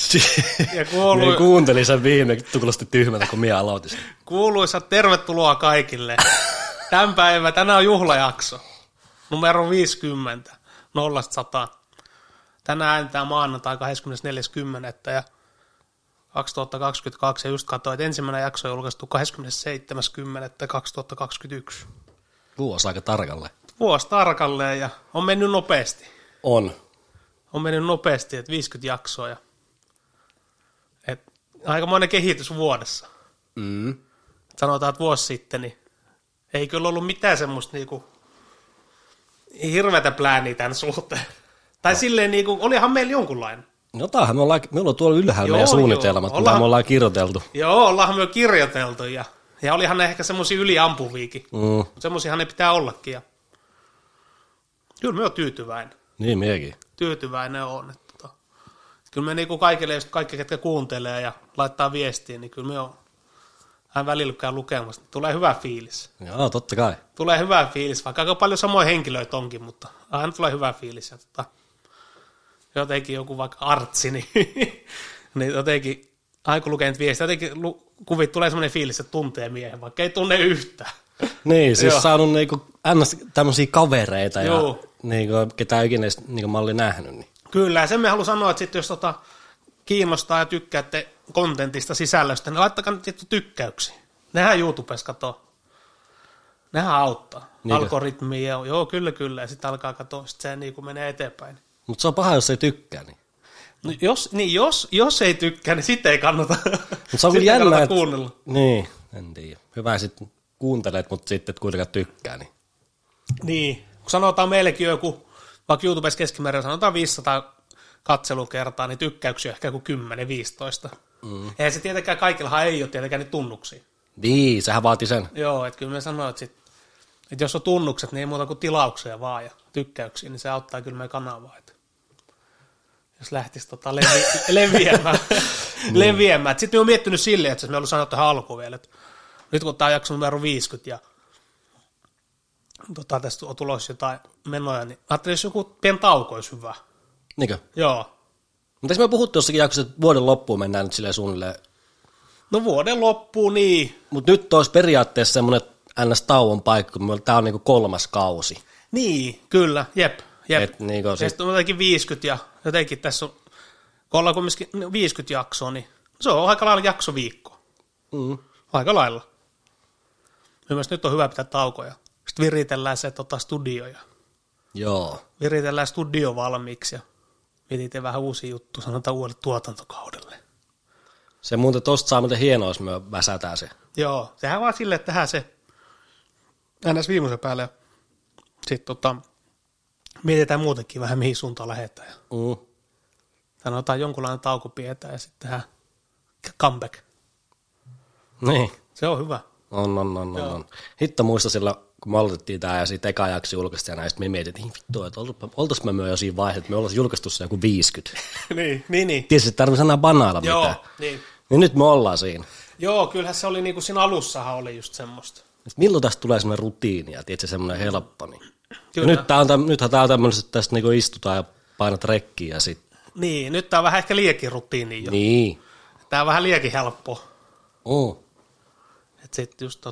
Ja Minä kuuntelin sen viime, kuulosti tyhmältä, kun minä aloitin sen. Kuuluisa tervetuloa kaikille. Tänään on juhlajakso. Numero 50, 0-100. Tänään äänetään maanantai 24.10. ja 2022. Ja just katsoin, että ensimmäinen jakso on julkaistu 27.10.2021. Vuosi aika tarkalleen. Vuosi tarkalleen ja on mennyt nopeasti. On mennyt nopeasti, että 50 jaksoa ja aikamoinen kehitys vuodessa. Sanotaan, että vuosi sitten, niin ei kyllä ollut mitään semmoista niinku hirveätä plääniä tämän suhteen. Tai silleen, niinku, olihan meillä jonkunlainen. No tämähän me ollaan tuolla ylhäällä meidän suunnitelmat, mitä me ollaan kirjoiteltu. Joo, ollaanhan me kirjoiteltu ja olihan ne ehkä semmoisia yliampuviikin. Semmoisiahan ne pitää ollakin. Ja kyllä me on tyytyväinen. Niin, miekin. Tyytyväinen on. Kyllä me niinku kaikille, just kaikki, ketkä kuuntelee ja laittaa viestiä, niin kyllä me on hän välillä käy lukemassa. Tulee hyvä fiilis. Joo, totta kai. Tulee hyvä fiilis, vaikka aika paljon samoja henkilöitä onkin, mutta aina tulee hyvä fiilis. Ja jotenkin joku vaikka artsi, niin jotenkin, aina kun lukee viestiä, jotenkin kuvit tulee semmoinen fiilis, että tuntee miehen, vaikka ei tunne yhtään. Niin, siis saanut niinku tämmöisiä kavereita ja niinku, ketään ikinä niinku mä olin nähnyt. Niin. Kyllä, ja sen me haluan sanoa, että sit, jos kiinnostaa ja tykkäätte kontentista, sisällöstä, niin laittakaa nyt tykkäyksiä. Nehän YouTubessa katoo. Nehän auttaa. Niinkö? Algoritmia, joo, kyllä, ja sitten alkaa katsoa, sitten se niin kuin menee eteenpäin. Mutta se on paha, jos ei tykkää. Niin. No, jos ei tykkää, niin sitten ei kannata, se on jännä, kuunnella. Niin, en tiedä. Hyvä sitten kuuntelet, mutta sitten et kuitenkaan tykkää. Niin, kun sanotaan meillekin joku, vaikka YouTubessa keskimäärin sanotaan 500 katselukertaa, niin tykkäyksiä ehkä kuin 10-15. Eihän se tietenkään, kaikillahan ei ole tietenkään niitä tunnuksia. Niin, sehän vaati sen. Joo, että kyllä me sanoin, että jos on tunnukset, niin ei muuta kuin tilauksia vaan ja tykkäyksiä, niin se auttaa kyllä meidän kanavaa. Että jos lähtisi leviämään. Sitten me on miettinyt silleen, että me ollaan sanottu tähän alkuun vielä, että nyt kun tämä on jakso numero 50 ja tästä on tulossa jotain menoja, niin ajattelin, jos joku pieni tauko olisi hyvä. Niinkö? Joo. Mutta eikö me puhuttu jossakin jaksossa, että vuoden loppuun mennään nyt silleen suunnilleen? No vuoden loppuun, niin. Mutta nyt olisi periaatteessa semmoinen NS-tauon paikka, kun tämä on niinku 3. kausi. Niin, kyllä, jep. Niinku ja sitten on jotenkin 50 ja jotenkin tässä on, kun ollaan kumminkin 50 jaksoa, niin se on aika lailla jaksoviikko. Aika lailla. Mielestäni nyt on hyvä pitää taukoja. Sitten viritellään se studioja. Joo. Viritellään studio valmiiksi ja mietitään vähän uusia juttuja, sanotaan uudelle tuotantokaudelle. Se muuten tosta saa muuten hienoa, jos me väsätään se. Joo, sehän vaan silleen, että tehdään se ns. Viimeisen päälle ja sitten mietitään muutenkin vähän, mihin suuntaan lähdetään. Sanotaan jonkunlainen tauko pidetään ja sitten tehdään comeback. Niin. Se on hyvä. On. Hitto muista sillä, kun me aloitettiin tämä ja siitä eka jakso julkaistiin ja näistä me mietin, että vittu, että oltaisiin me jo siinä vaiheessa, että me oltaisiin julkaistu se joku 50. niin. Tiesi, että tarvitsisi enää banailla mitään. Joo, niin. Niin nyt me ollaan siinä. Joo, kyllähän se oli niinku siinä alussahan oli just semmoista. Milloin tästä tulee semmoinen rutiini ja tiedätkö, semmoinen helppo. Niin. Nythän tämä on tämmöinen, että tästä niinku istutaan ja painat rekkiä ja sitten. Niin, nyt tämä on vähän ehkä liekin rutiini jo. Niin. Tämä on vähän liekin helppo. Että sitten just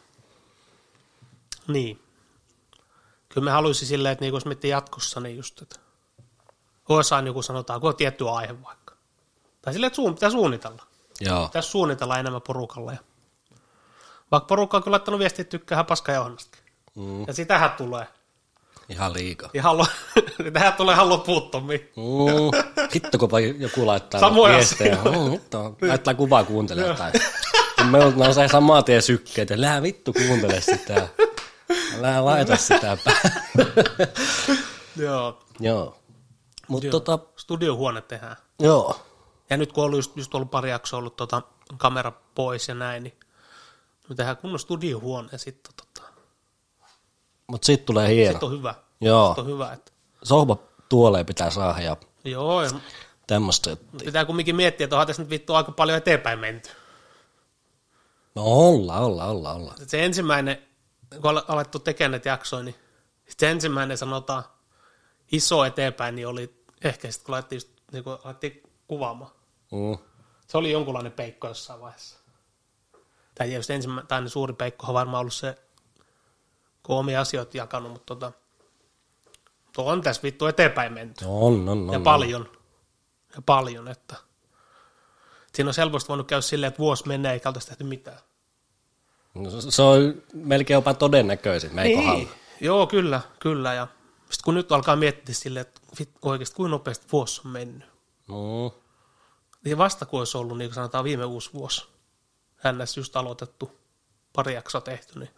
niin. Kyllä me haluaisin silleen, että niinku jos miettii jatkossa, niin just, että jossain joku sanotaan, kun on tietty aihe vaikka. Tai silleen, että pitää suunnitella. Joo. Pitäisi suunnitella enemmän porukalle. Ja vaikka porukka on kyllä laittanut viestiä, että tykkää paskajohonnastakin. Ja sitähän tulee. Ihan liikaa. Tähän tulee ihan loputtomiin. Hitto, kun joku laittaa samoja viestejä. Laittaa kuvaa kuuntelemaan. Me on se samaa tien sykkeet, että lähde vittu kuuntele sitä. Lähde laita sitä Joo. Mutta studiohuone tehdään. Joo. Ja nyt kun on just ollut pari jaksoa ollut kamera pois ja näin, niin me tehdään kunnon studiohuone ja sitten mutta sitten tulee hieno. Sitten on hyvä. Joo. Sitten on hyvä. Että sohva tuoleen pitää saada ja joo. Ja tämmöistä. pitää kumminkin miettiä, että onhan tässä nyt vittu aika paljon eteenpäin menty. No ollaan. Se ensimmäinen, kun on alettu tekemään näitä jaksoja, niin se ensimmäinen sanotaan iso eteenpäin, niin oli ehkä sitten kun alettiin kuvaamaan. Se oli jonkunlainen peikko jossain vaiheessa. Tai tietysti ensimmäinen suuri peikko on varmaan ollut se, kun on omia asioita jakanut, mutta tuo on tässä vittu eteenpäin menty. On. Ja paljon. Ja paljon, että siinä on helposti voinut käydä silleen, että vuosi menee eikä oltaisi tehty mitään. No, se on melkein jopa todennäköisin meidän kohdalla. Joo, kyllä. Ja sitten kun nyt alkaa miettiä silleen, että oikeasti kuinka nopeasti vuosi on mennyt. No. Niin vasta kun olisi ollut, niin kuin sanotaan viime uusi vuosi, NS just aloitettu, pari jaksoa tehty, niin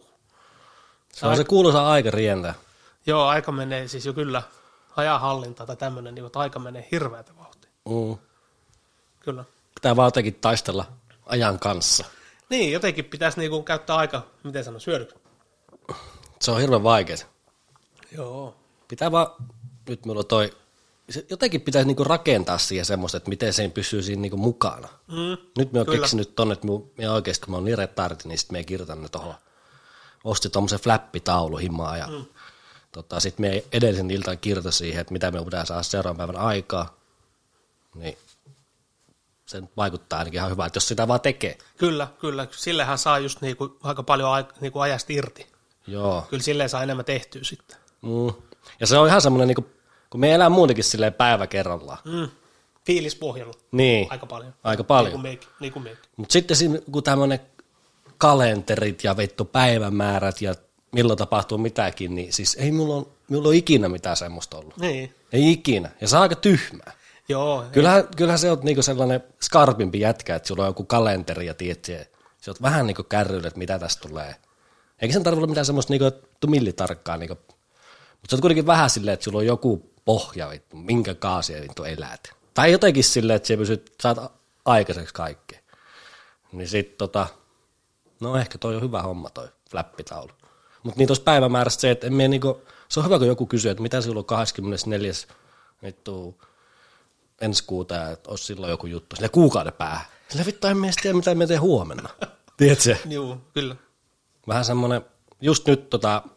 Se on se kuuluisa aika rientää. Joo, aika menee siis jo kyllä ajanhallinta tai tämmöinen, niin aika menee hirveätä vauhtia. Kyllä. Pitää vaan jotenkin taistella ajan kanssa. Niin, jotenkin pitäisi niinku käyttää aika, miten sanoisi, hyödyksi. Se on hirveän vaikeaa. Joo. Pitää vaan, nyt mulla on jotenkin pitäisi niinku rakentaa siihen semmoista, että miten se pysyy siinä niinku mukana. Nyt me oon keksinyt tonne, että me oikeasti, kun mä oon niin retardi, niin sitten me kirjoitan ne tuohon. Ostin tommosen flappitaulu himmaa ja sitten me edellisen iltaan kirjoitin siihen, että mitä me pitää saada seuraavan päivän aikaa. Niin se vaikuttaa ainakin ihan hyvä, että jos sitä vaan tekee. Kyllä. Sillähän saa just niinku aika paljon niinku ajasta irti. Joo. Kyllä silleen saa enemmän tehtyä sitten. Ja se on ihan semmoinen, niinku, kun me elää muutenkin silleen päivä kerrallaan. Fiilispohjalla. Niin. Aika paljon. Niin kuin meikin. Mutta sitten siinä, kun tämmöinen kalenterit ja vittu päivämäärät ja milloin tapahtuu mitäkin, niin siis ei mulla ole ikinä mitään semmoista ollut. Niin. Ei ikinä. Ja se on aika tyhmää. Joo. Kyllähän se on niinku sellainen skarpimpi jätkä, että sulla on joku kalenteri ja tiedät, sä oot vähän niinku kärryillä, että mitä tästä tulee. Eikä sen tarvitse olla mitään semmoista niinku millitarkkaa, niinku, mutta se on kuitenkin vähän silleen, että sulla on joku pohja, vittu, minkä kaasia vittu elät. Tai jotenkin silleen, että sä pysyt, saat aikaiseksi kaikkea. Niin sit no ehkä toi on hyvä homma toi flappitaulu. Mutta niin tuossa päivämäärästä se, että niinku, se on hyvä, kun joku kysyy, että mitä sulla on 24. vittu ensi kuuta ja että olisi silloin joku juttu. Sille kuukauden päähän. Sille vittu en tiedä, mitä me teen huomenna. Tiedätkö? Joo, kyllä. Vähän semmoinen, just nyt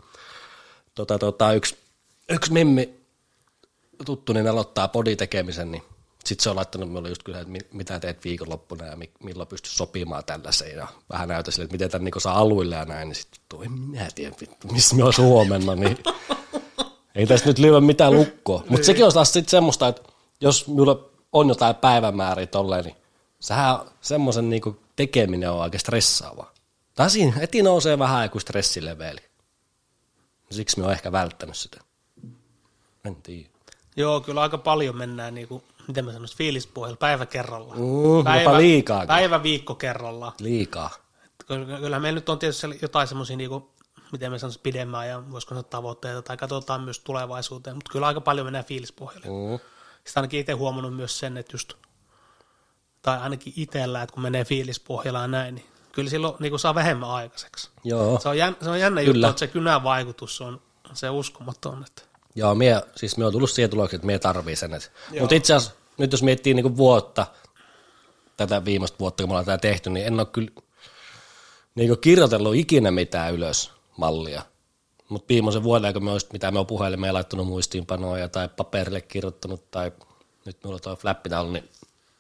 yksi mimmi tuttu, niin aloittaa poditekemisen, niin sitten se on laittanut minulle just kyllä, että mitä teet viikonloppuna ja milloin pystyt sopimaan tällaiseen. Ja vähän näytä sille, että miten tämän niin saa aluille ja näin, niin sitten en minä tiedä, missä me olisi huomenna, niin ei tässä nyt lyö mitään lukkoa. Mutta sekin on taas sitten semmoista, että jos minulla on jotain päivämääriä tolleen, niin sehän semmoisen niin tekeminen on aika stressaavaa. Tai siinä heti nousee vähän joku stressileveli. Siksi me on ehkä välttänyt sitä. En tiedä. Joo, kyllä aika paljon mennään, niin kuin, miten mä sanoisin, fiilispohjalla päivä kerrallaan. Jopa liikaa. Päivä viikko kerrallaan. Liikaa. Kyllähän meillä nyt on tietysti jotain semmoisia, niin kuin, miten mä sanoisin, pidemmää ja voisiko sanoa tavoitteita, tai katsotaan myös tulevaisuuteen, mutta kyllä aika paljon mennään fiilispohjalle. Sitten ainakin itse huomannut myös sen, että just, tai ainakin itsellä, että kun menee fiilispohjalla ja näin, niin kyllä silloin niin saa vähemmän aikaiseksi. Joo. Se on jännä juttu, että se kynävaikutus on se uskomaton. Että. Joo, me on tullut siihen tulokseen, että me tarvii sen. Mutta itse asiassa nyt jos miettii niin vuotta, tätä viimeistä vuotta, kun me ollaan tätä tehty, niin en ole kyllä niin kirjoitellut ikinä mitään ylös mallia. Mutta viimeisen vuoden aikana me olisi, mitä me on puhelimeen laittanut muistiinpanoja tai paperille kirjoittanut tai nyt minulla on tuo flappitaulu, niin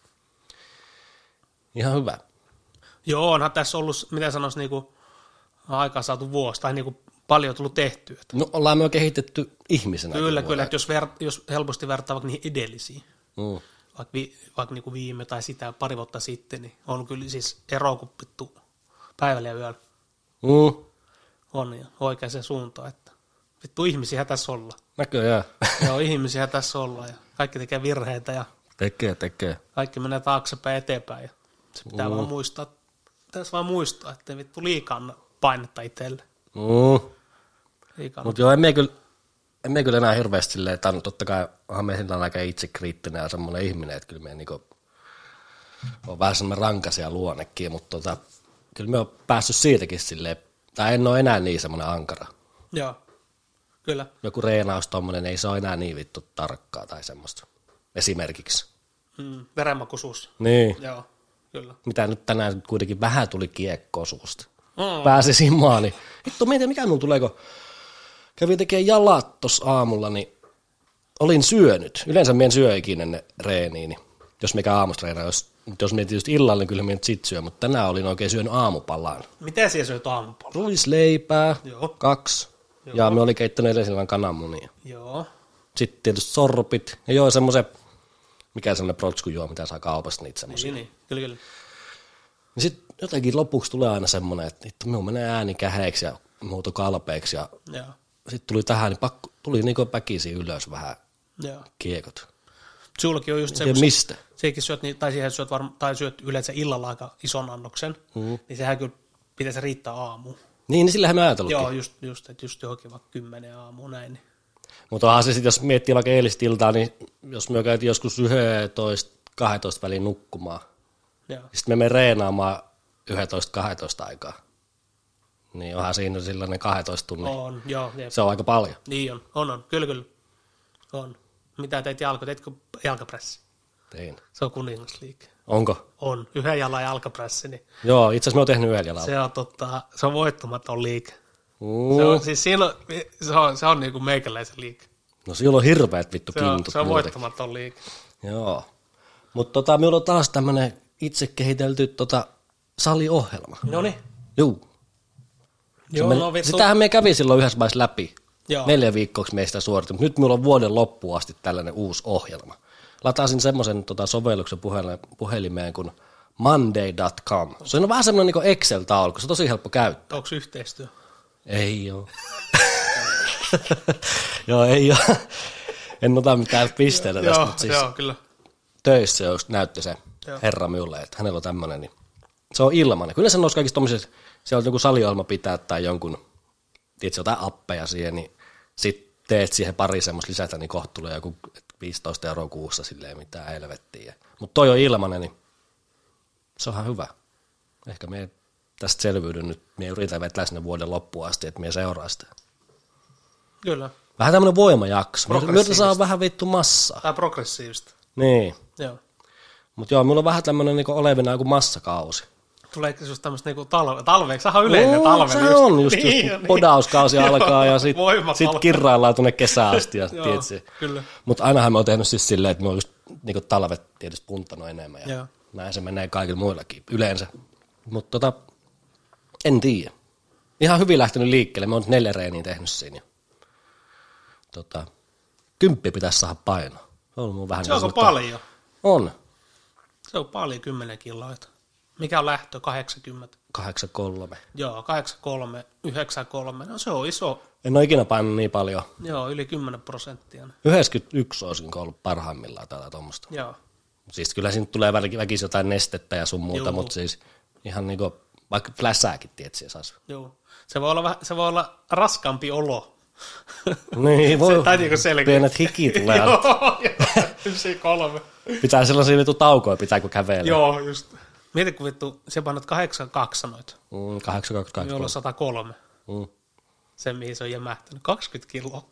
ihan hyvä. Joo, onhan tässä ollut, miten sanoisi, niinku aikaa saatu vuosi tai niinku paljon tullut tehtyä. No ollaan me jo kehitetty ihmisenä. Kyllä, että jos helposti vertaa vaikka niihin edellisiin, vaikka niinku viime tai sitä pari vuotta sitten, niin on kyllä siis ero kuin pittu päivällä ja yöllä. On ja oikeaan suuntaan, että vittu ihmisiä tässä olla. Näköjään. Joo, ihmisiä tässä olla ja kaikki tekee virheitä ja tekee. Kaikki menee taaksepäin eteenpäin ja se pitää vaan muistaa, ettei vittu liikaa painetta itselle. Mutta joo, emme kyllä enää hirveästi silleen, että totta kai onhan me sillä aika itsekriittinen ja semmoinen ihminen, että kyllä me niinku on vähän semmoinen rankaisia luonnekin, mutta kyllä me on päässyt siitäkin silleen, tai en ole enää niin semmoinen ankara. Joo, kyllä. Joku reenaus tommonen, ei se ole enää niin vittu tarkkaa tai semmoista, esimerkiksi. Verenmakuisuus. Niin. Joo, kyllä. Mitä nyt tänään kuitenkin vähän tuli kiekkoa suusta. Pääsi simaan, niin vittu mietin, mikä minulla tulee, kun kävin tekemään jalat tuossa aamulla, niin olin syönyt. Yleensä minä en syö ikinä ne reeniin, niin jos mikä aamustreenaa. Jos mietin just illalla, niin kyllä mietin sit syö, mutta tänään olin oikein syönyt aamupalaan. Mitä siellä syöt aamupalaan? Ruisleipää, Joo. 2, Joo. ja me oli keittänyt edellisellä kananmunia. Joo. Sitten tietysti sorpit, ja joo semmoisen, mikä semmoinen protskujuo, mitä saa kaupasta niitä semmoisia. Niin, kyllä. Ja sitten jotenkin lopuksi tulee aina semmoinen, että minun menee ääni käheeksi ja muutu kalpeeksi, ja Joo. sitten tuli tähän, niin tuli niinku väkisin ylös vähän Joo. kiekot. Sullakin on just se, Ja kun mistä? sekin syöt, tai siihen syöt, tai syöt yleensä illalla aika ison annoksen, niin sehän kyllä pitäisi riittää aamuun. Niin sillähän me ajatellutkin. Joo, että just johonkin vaikka 10 aamuun näin. Niin. Mutta onhan se sitten, jos miettii vaikka eilistä iltaa, niin jos me käytiin joskus 11-12 väliin nukkumaan, Joo. sitten me menemme reenaamaan 11-12 aikaa, niin onhan siinä sellainen 12 tunnin. On, joo. Jep. Se on aika paljon. Niin on. Kyllä. On. Mitä teit teitkö jalkapressi? Tein. Se on kuningasliike. Onko? On. Yhden jalan jalkapressi, niin Joo, itse asiassa me oon tehnyt yhden jalalla. se on voittamaton liike. Mm. Se on, siis se on niin kuin meikäläisen liike. No siellä on hirveät vittu Se on kintut. voittamaton liike. Joo. Mutta minulla on taas tämmönen itse kehitelty saliohjelma. Noniin. Juu. Sitähän me kävi silloin yhdessä vaiheessa läpi. Joo. 4 viikkoksi meistä suoritin, mutta nyt minulla on vuoden loppuun asti tällainen uusi ohjelma. Latasin semmoisen sovelluksen puhelimeen kuin monday.com. Se on vähän semmoinen niin Excel-taulukko, se on tosi helppo käyttää. Onko yhteistyö? Ei oo. Joo, ei oo. En ota mitään pisteitä tästä, mutta siis Joo, kyllä. töissä just näytti se Joo. herra minulle, että hänellä on tämmöinen, niin se on ilmainen. Kyllä se nousi kaikista tommosessa, siellä on joku saliohjelma pitää tai jonkun, tiedätkö, jotain appeja siihen, niin sit teet siihen pari semmoista lisätä, niin kohta tulee joku 15 € kuussa silleen mitään helvettiä. Mutta toi on ilmainen, niin se onhan hyvä. Ehkä me tästä selvyydyn nyt, me yritän vetää sinne vuoden loppuun asti, että me seuraa sitä. Kyllä. Vähän tämmöinen voimajakso. Me Progressiivista. saa vähän vittu massaa. Tai progressiivista. Niin. Joo. Mutta joo, mulla on vähän tämmöinen niinku olevina joku massakausi. Tuleeko just tämmöistä niinku talveeksi? Sehän on yleinen talve. Se on just niin, kun podauskausi alkaa ja sit Voimatalve. kirraillaan tuonne kesään asti. Ja Joo, kyllä. mutta ainahan mä oon tehnyt siis silleen, että mä oon just niinku talvet tietysti punttanut enemmän. Ja Joo. näin se menee kaikilla muillakin yleensä. Mutta en tiedä. Ihan hyvin lähtenyt liikkeelle. Mä oon 4 reeniä tehnyt siinä. 10 pitäisi saada painoa. Se on mun vähän Se onko semmoista- paljon? On. Se on paljon 10 kiloa. Mikä on lähtö? 80? 8,3. Joo, 83, 93. No se on iso. En ole ikinä painanut niin paljon. Joo, yli 10%. 91 olisin ollut parhaimmillaan tällä tuommoista. Joo. Siis kyllä siinä tulee väkisin jotain nestettä ja sun muuta, Juu. mutta siis ihan niinku, vaikka fläsääkin, tietysti saisi. Joo. Se voi olla raskaampi olo. Niin, voi. Tai niinku selkeä. Pienet hiki tulee. Joo, 93. Pitää sellaisia vittu taukoja, pitää kun kävelee. Joo, just. Mieti, kun vittu, se painat 82 sanoit. 8,22. Jolla on 103. Mm. Se, mihin se on jämähtänyt. 20 kiloa.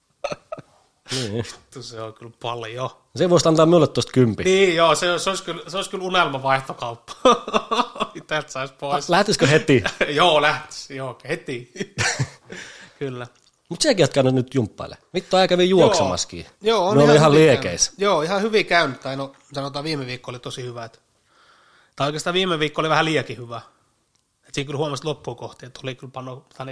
Niin. Vittu, se on kyllä paljon. Se voisi antaa minulle tuosta 10. Niin, joo, se olisi kyllä unelmavaihtokauppa. Täältä saisi pois. Lähtisikö heti? Joo, lähtisi. Joo, heti. Kyllä. Mutta sekin oot käynyt nyt jumppaille. Vittu, aika kävi juoksemaskin. Joo, on ne oli ihan hyvin liekeissä. käynyt. Joo, ihan hyvin käynyt. Tai no, sanotaan viime viikko oli tosi hyvä. Tai oikeastaan viime viikko oli vähän liiakin hyvä. Et siinä kyllä huomasi loppuun kohti, että oli kyllä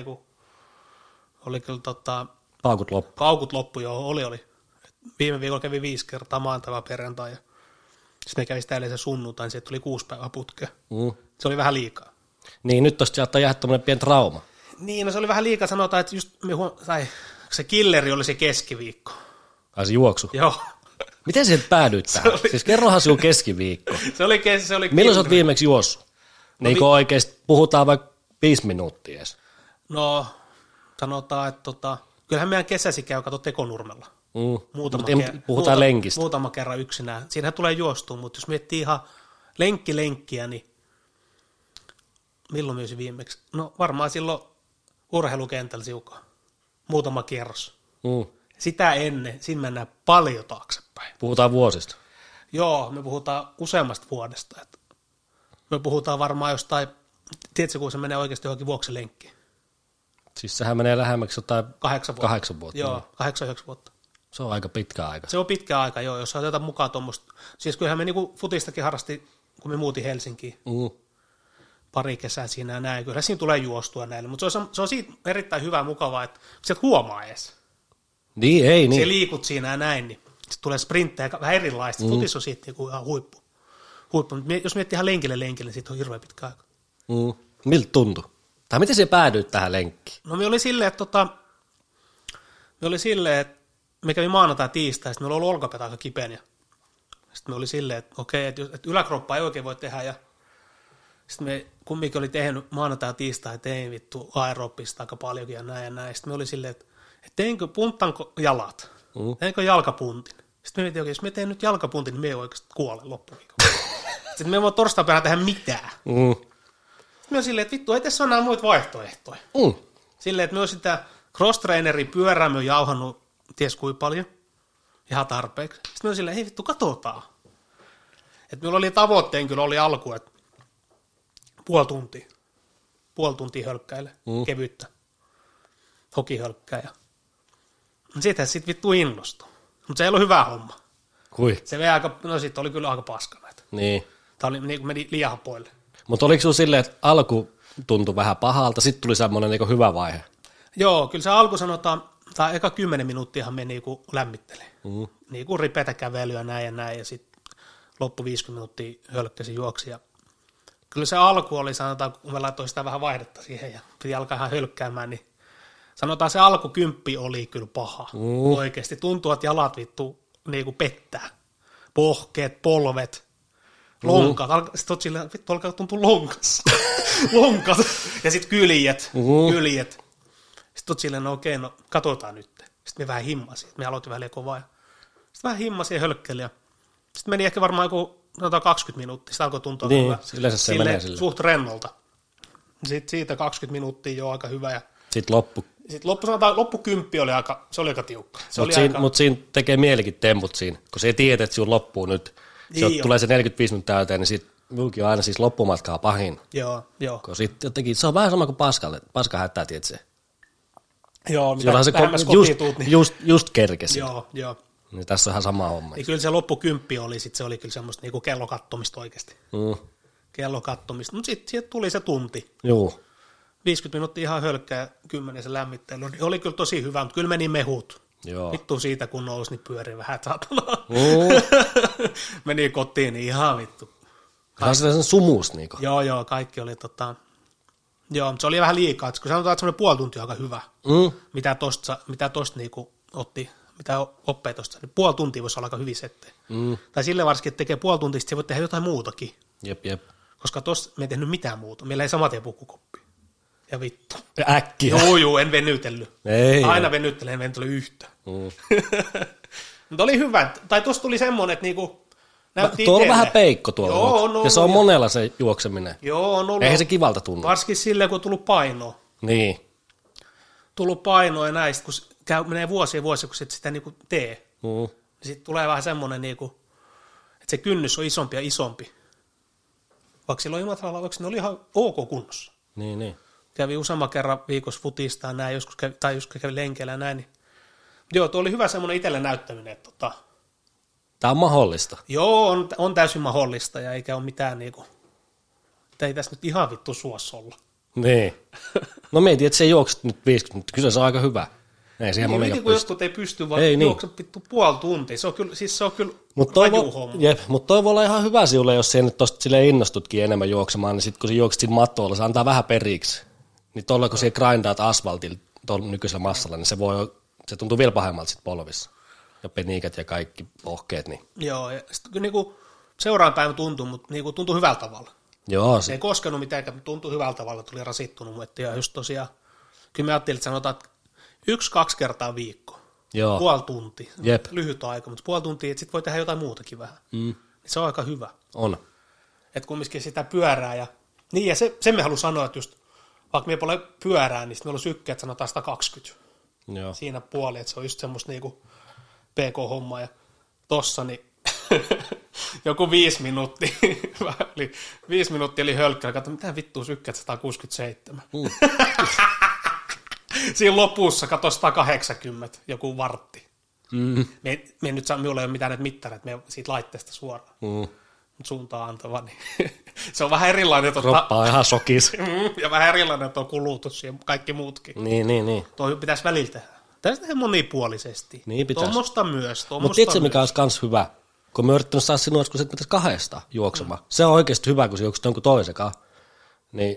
oli kyllä Paukut loppu. paukut loppu, joo, oli. Et viime viikolla kävi 5 kertaa maanantai perjantai. Sitten me kävi sitä edelleen sunnuntai, niin siitä tuli 6 päivää putkea. Mm. Se oli vähän liikaa. Niin, nyt tosta saattaa jäädä tommonen pieni trauma. Niin, no se oli vähän liikaa sanotaan, että just se killeri oli se keskiviikko. Ai se juoksu. Joo. Miten sä päädyit tähän? Siis kerrohan sinun keskiviikko. se oli Milloin sä oot viimeksi juossut? Niin kuin oikeesti puhutaan vaikka 5 minuuttia edes. No, sanotaan, että kyllähän meidän kesäsi käy, kato Tekonurmella. Puhutaan lenkistä. Muutama kerran yksinään. Siinähän tulee juostua, mutta jos miettii ihan lenkkiä, niin milloin myös viimeksi? No varmaan silloin urheilukentällä siukaan. Muutama kierros. Sitä ennen, siinä mennään paljon taaksepäin. Puhutaan vuosista. Joo, me puhutaan useammasta vuodesta. Me puhutaan varmaan jostain, tiedätkö, kun se menee oikeasti johonkin vuoksilenkkiin. Siis sehän menee lähemmäksi jotain 8 vuotta. 8 vuotta. Joo, 8-9 vuotta. Se on aika pitkä aika. Se on pitkä aika, joo, jos otetaan mukaan tuommoista. Siis kyllähän me niinku futistakin harrasti, kun me muutin Helsinkiin. Pari kesää siinä ja näin. Kyllä siinä tulee juostua näille, mutta se on siitä erittäin hyvä mukavaa, että sä et huomaa edes. Niin, ei niin. Se liikut siinä ja näin, niin sitten tulee sprinttejä vähän erilaista. Futis on siitä niinku ihan huippu. Mutta jos miettii ihan lenkille, niin siitä on hirveän pitkä aika. Miltä tuntui? Tai miten sä päädyit tähän lenkkiin? No me oli silleen, että me kävin maanantai tiistai, sitten meillä oli ollut olkapäätä aika kipeän. Sitten me oli silleen, että okei, että yläkroppa ei oikein voi tehdä. Ja sitten me kumminkin oli tehnyt maanantai ja tiistai, tein vittu aerobista aika paljonkin ja näin ja näin. Sitten me oli silleen, että puntanko jalat? Teinkö jalkapuntin? Sitten me mietin, jos me teen nyt jalkapuntin, niin me ei oikeasti kuole loppuviikolla. Sitten me ei voi torstaipäivänä tehdä mitään. Sitten me on silleen, että vittu, ei tässä ole enää muita vaihtoehtoja. Silleen, että me on sitä cross-trainerin pyörää me on jauhannut ties kuinka paljon. Ihan tarpeeksi. Sitten me on silleen, hei vittu, katsotaan. Että meillä oli tavoitteen kyllä oli alku, että puoli tuntia hölkkäille, kevyttä, hokihölkkää. Siitähän sitten vittu innostui. Mutta se ei ollut hyvä homma. Kui? Se vei aika, no sitten oli kyllä aika paskana. Niin. Tämä oli niin kuin meni liian hapoille. Mutta oliko sinulla silleen, että alku tuntui vähän pahalta, sitten tuli semmoinen niin hyvä vaihe? Joo, kyllä se alku sanotaan, tai eka 10 minuuttiahan me niinku lämmittelee. Niinku ripeätä kävelyä näin ja näin, ja sitten loppu 50 minuuttia hölkkäsi juoksi. Ja kyllä se alku oli, sanotaan, kun me laitoin sitä vähän vaihdetta siihen ja piti alkaa ihan hölkkäämään, niin sanotaan se alku 10 oli kyllä paha. Oikeasti tuntuu, että jalat vittu niinku pettää. Pohkeet, polvet, lonkat. Sitten oot silleen, vittu alkaa tuntua lonkassa. Lonkat. Ja sitten kyljet. Sitten oot silleen, no okei, no katsotaan nyt. Sitten me vähän himmasin. Me aloitin vähän liian kovaa. Sitten vähän himmasin ja hölkkeli. Sitten meni ehkä varmaan joku 20 minuuttia. Sitten alkoi tuntua niin, hyvä. Yleensä se menee sille. Suht rennolta. Sitten siitä 20 minuuttia jo aika hyvä. Ja sitten loppu 10 oli aika, se oli aika tiukka. Mutta siinä tekee mielikin temput siinä, kun se tiedät, että sinun loppuu nyt. Niin tulee se 45 minuuttia täyteen, niin sitten minullakin on aina siis loppumatkaa pahin. Joo. Kun sit jotenkin, se on vähän sama kuin paska hättää, tiedätkö? Joo, mitä se lähemmäs kotiin tuut, niin... just kerkesi. Joo. Niin tässä on ihan sama homma. Niin kyllä se loppu 10 oli, sit se oli kyllä semmoista niinku kellokattomista oikeasti. Kellokattomista, mutta sitten siitä tuli se tunti. Joo. 50 minuuttia ihan hölkkää ja 10 se lämmittely. Niin oli kyllä tosi hyvä, mutta kyllä meni mehut. Joo. Vittu siitä, kun nousi, niin pyöri vähän, saatana. Meni kotiin, niin ihan vittu. Ihan sellaisen sumus. Niinku. Joo, kaikki oli Joo, mutta se oli vähän liikaa. Että kun sanotaan, että semmoinen puoli tuntia on aika hyvä. Mitä tosta niinku otti, mitä oppii tosta, niin puoli tuntia voisi olla aika hyvin settejä. Tai sille varsinkin, että tekee puoli tuntia, se voi tehdä jotain muutakin. Jep. Koska tossa me ei tehnyt mitään muuta. Meillä ei saman tien pukukoppi. Ja vittu. Ja äkkiä. Joo, en venytellyt. Aina venyttelen, en venytellyt yhtä. Mutta oli hyvä. Tai tuossa tuli semmoinen, että niinku näytti tuolla on vähän peikko tuolla. Joo, ja se on monella se juokseminen. Joo, on ollut. Eihän se kivalta tunnu. Varsinkin silleen, kun on tullut painoa. Niin. Tullut painoa ja näistä, kun menee vuosia, kun sitä niinku tee. Niin sitten tulee vähän semmoinen, niinku, että se kynnys on isompi ja isompi. Vaikka silloin Imatralla, vaikka ne oli ihan ok kunnossa. Niin. Kävi useamman kerran viikossa futista ja näin, joskus kävi lenkeillä ja näin. Niin. Joo, tuo oli hyvä semmoinen itselle näyttäminen. Että tämä on mahdollista. Joo, on täysin mahdollista ja eikä ole mitään niinku, että ei tässä nyt ihan vittu suossa olla. Niin. No mietin, että se juokset nyt 50 minuuttia. Kyllä se on aika hyvä. Ei siihen niin, kun jotkut ei pysty, vaan juokset vittu puoli tuntia. Se on kyllä rajuhomma. Mutta toi voi olla ihan hyvä sinulle, jos sinä nyt tosta silleen innostutkin enemmän juoksemaan, niin sitten kun sä juokset siinä mattoilla, se antaa vähän periksi. Niin tuolla kun siellä grindaat asfaltilla tuolla nykyisellä massalla, niin se tuntuu vielä pahemmalta sitten polvissa. Ja peniikät ja kaikki pohkeet. Niin. Joo, ja sitten kyllä niinku seuraavan päivän tuntui, mutta niinku tuntui hyvällä tavalla. Joo. Se ei koskenut mitään, mutta tuntui hyvällä tavalla, tuli rasittunut. Mutta ja just tosiaan, kyllä me ajattelin, että sanotaan, että 1-2 kertaa viikko. Joo. Puoli tuntia. Jep. Lyhyt aika, mutta puoli tuntia, että sitten voi tehdä jotain muutakin vähän. Se on aika hyvä. On. Että kumminkin sitä pyörää ja... Niin, ja sen me haluan sanoa, että just vaikka me ei ole pyörää, niin meillä on sykkeet, sanotaan 120. Joo. Siinä puoli, että se on just semmoista niinku PK-hommaa. Ja tossa niin joku 5 minuuttia, 5 minuuttia oli hölkkää. Katso, mitä vittua sykkeet 167. Siinä lopussa, kato 180, joku vartti. Me nyt saa, minulla ei ole mitään näitä mittareita, me siitä laitteesta suoraan. Mutta suuntaan antava, niin se on vähän erilainen. Kroppa on ihan sokis. Ja vähän erilainen tuo kulutus ja kaikki muutkin. Niin. Tuo pitäisi välillä tehdä. Pitäisi tehdä monipuolisesti. Niin pitäisi. Tuommoista myös. Mutta tiedätkö, mikä olisi myös hyvä? Kun me yrittänyt saada sinua, kun sä pitäisi kahdesta juoksemaan. Se on oikeasti hyvä, kun sä juokset jonkun toisenkaan. Niin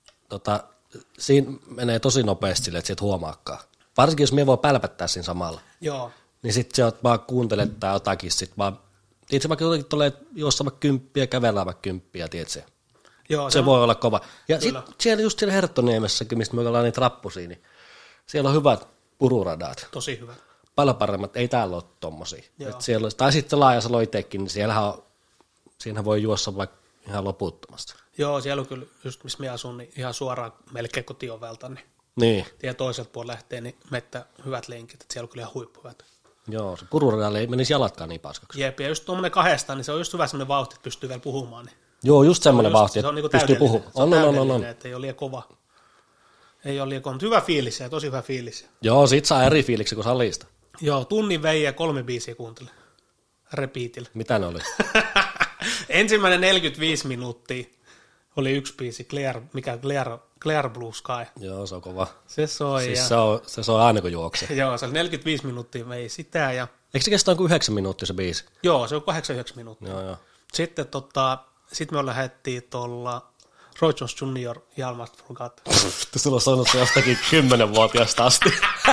siinä menee tosi nopeasti silleen, että sä et huomaakaan. Varsinkin, jos me voi pälpättää siinä samalla. Joo. Niin sit sä oot vaan kuuntelet tai jotakin sit vaan. Tiedätkö, vaikka jotakin tulee juossa vaikka 10 ja kävellään vaikka 10, tiedätkö? Joo, se voi olla kova. Ja sitten siellä Herttoniemessäkin, mistä me ollaan niitä rappusia, niin siellä on hyvät pururadat. Tosi hyvä. Paljon paremmat, ei täällä ole tommosia. Tai sitten Laajasalo itsekin, niin siinähän voi juossa vaikka ihan loputtomasti. Joo, siellä on kyllä, just missä minä asun, niin ihan suoraan melkein kotiovelta, niin. Ja toiselta puolella lähtee, niin mettä hyvät lenkit, että siellä on kyllä ihan huippuhyvät. Joo, se pururadalle ei menisi jalatkaan niin paskaksi. Jep, ja just tuommoinen kahdestaan, niin se on just hyvä semmoinen vauhti, että pystyy vielä puhumaan. Niin. Joo, just semmoinen vauhti, että niinku pystyy puhumaan. On. Että ei ole liian kova. Ei ole liian kova, mutta hyvä fiilis ja tosi hyvä fiilis. Joo, sit saa eri fiiliksi kuin salista. Joo, tunnin vei ja 3 biisiä kuuntele. Repeatillä. Mitä ne oli? Ensimmäinen 45 minuuttia oli yksi biisi, Clear Blue Sky. Joo, se on kova. Se soi. Siis se soi aina kun juoksee. Joo, se oli 45 minuuttia vei sitä. Ja... Eikö se kestä kuin 9 minuuttia se biisi? Joo, se on 89 minuuttia. Joo. Sitten me lähdettiin tuolla Roy Jones Jr. ja Almost Forgot. Sulla on sanonut se jostakin 10-vuotiaasta asti.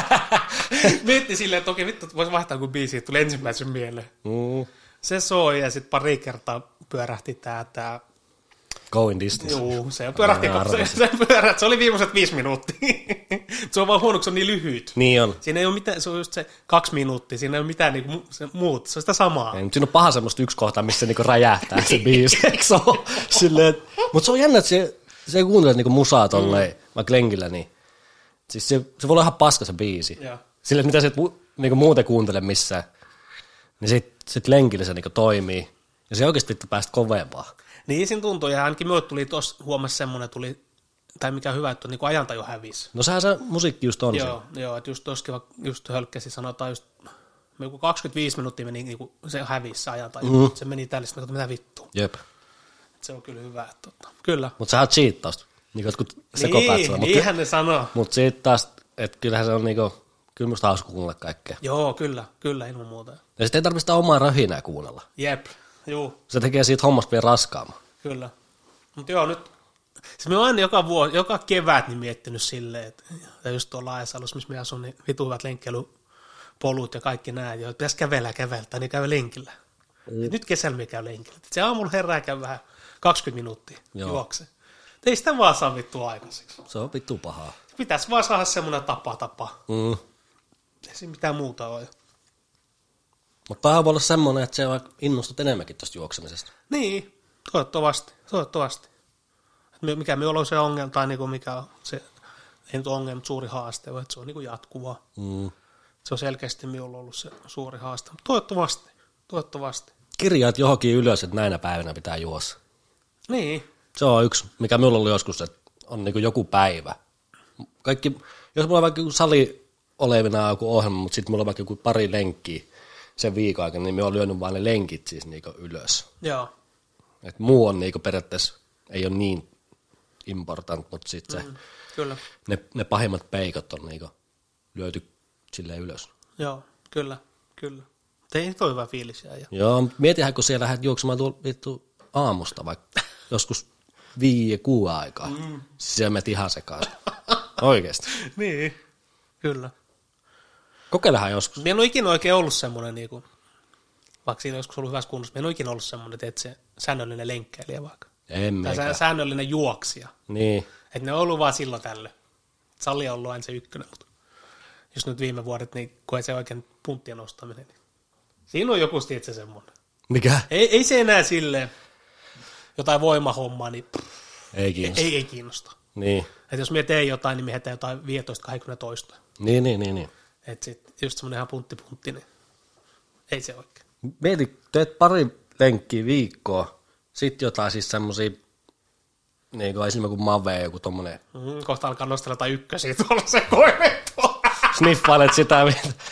Mietti silleen, että okei, vittu, voisi vaihtaa kun biisi, tuli ensimmäisen mieleen. Se soi ja sitten pari kertaa pyörähti tää Going Distance. Joo, se pyörähti. Se oli viimeiset 5 minuuttia. Se on vaan huono, kun se on niin lyhyt. Niin on. Siinä ei ole mitään, se on just se 2 minuuttia, siinä ei ole mitään niinku muut, se on sitä samaa. Ei, mutta siinä on paha semmoista yksi kohta, missä se niinku räjähtää se biisi, eikö se ole? Silleen, mutta se on jännä, että se ei kuuntele niinku musaa tolleen, vaikka lenkillä, niin siis se voi olla ihan paska se biisi. Silleen, mitä se et niinku muuten kuuntele missään, niin sit lenkillä se niinku toimii, ja se oikeasti päästä kovempaa. Niin siinä tuntuu, ja ainakin minulle tuli tuossa huomassa semmoinen, tai mikä hyvä, että niinku ajantaju hävisi. No sehän se musiikki just on. Joo, että just tuossakin just hölkkäsi, sanotaan just, 25 minuuttia meni niinku se hävisi se ajantaju. Se meni tälle, että mitä vittua. Jep. Se on kyllä hyvä, että kyllä. Mutta sehän on cheattausta, niin jotkut sekopäät. Niinhän ne sanoo. Mutta siitä taas, että kyllähän se on niinku, kyllä musta hauska kuunnella kaikkea. Joo, kyllä ilman muuta. Ja sitten ei tarvitse sitä omaa röhinää kuunnella. Jep, juu. Se tekee siitä hommasta vielä raskaamman. Kyllä. Mutta joo, nyt, siis me olen aina joka kevät niin miettinyt silleen, että ja just tuolla Laajasalossa, missä me asun, niin vitu hyvät lenkkeilypolut ja kaikki nämä, joita pitäisi kävellä, niin käy lenkillä. Nyt kesällä me käy lenkillä. Se aamulla herää käy vähän 20 minuuttia juokse. Ei sitä vaan saa vittua aikaiseksi. Se on vittu pahaa. Pitäisi vaan saada semmoinen tapa. Ei siinä mitään muuta ole. Mutta tämä voi olla semmoinen, että se innostut enemmänkin tuosta juoksemisesta. Niin, toivottavasti. Mikä me on se ongelma, tai niinku mikä on se, ei nyt ongelma, mutta suuri haaste, että se on niinku jatkuvaa. Se on selkeästi minulla ollut se suuri haaste, mutta toivottavasti. Kirjaat johonkin ylös, että näinä päivinä pitää juossa. Niin. Se on yksi, mikä minulla oli joskus, että on niinku joku päivä. Kaikki, jos mulla on vaikka sali olevina joku ohjelma, mutta sitten mulla on vaikka joku pari lenkkiä sen viikon aikana, niin me on lyönyt vaan ne lenkit siis niinku ylös. Joo. Et muu on niinku periaatteessa, ei ole niin important, mutta sitten se, kyllä. Ne pahimmat peikot on niinku lyöty silleen ylös. Joo, kyllä. Ei toi hyvä fiilis jää. Joo, mietihän, kun siellä lähdet juoksemaan vittu aamusta vaikka joskus 5-6 aikaa. Siis siellä menet ihan sekaisin. Oikeesti. Niin, kyllä. Kokeilehan joskus. Minä en ole ikinä oikein ollut semmoinen, niinku, vaikka siinä joskus ollut hyvässä kunnossa, minä en ole ikinä ollut semmoinen, että se säännöllinen lenkkäilijä vaikka. Tai säännöllinen juoksija. Niin. Että ne on ollut vaan silloin tällöin. Sali on ollut aina se ykkönen, mutta jos nyt viime vuodet, niin kun ei se oikein punttien nostaminen, niin siinä on joku tietysti semmoinen. Mikä? Ei se enää silleen jotain voimahommaa, niin ei kiinnosta. Ei kiinnosta. Niin. Että jos me teen jotain, niin me hetään jotain 15-20 Niin. Että sitten just semmoinen ihan puntti, niin ei se oikein. Mieti, teet pari lenkkiä viikkoa, sitten jotain siis semmosia, niin kuin esimerkiksi kuin Mave, joku tommonen. Kohta alkaa nostella jotain ykkösiä tuolla se koivettua. Sniffailet sitä,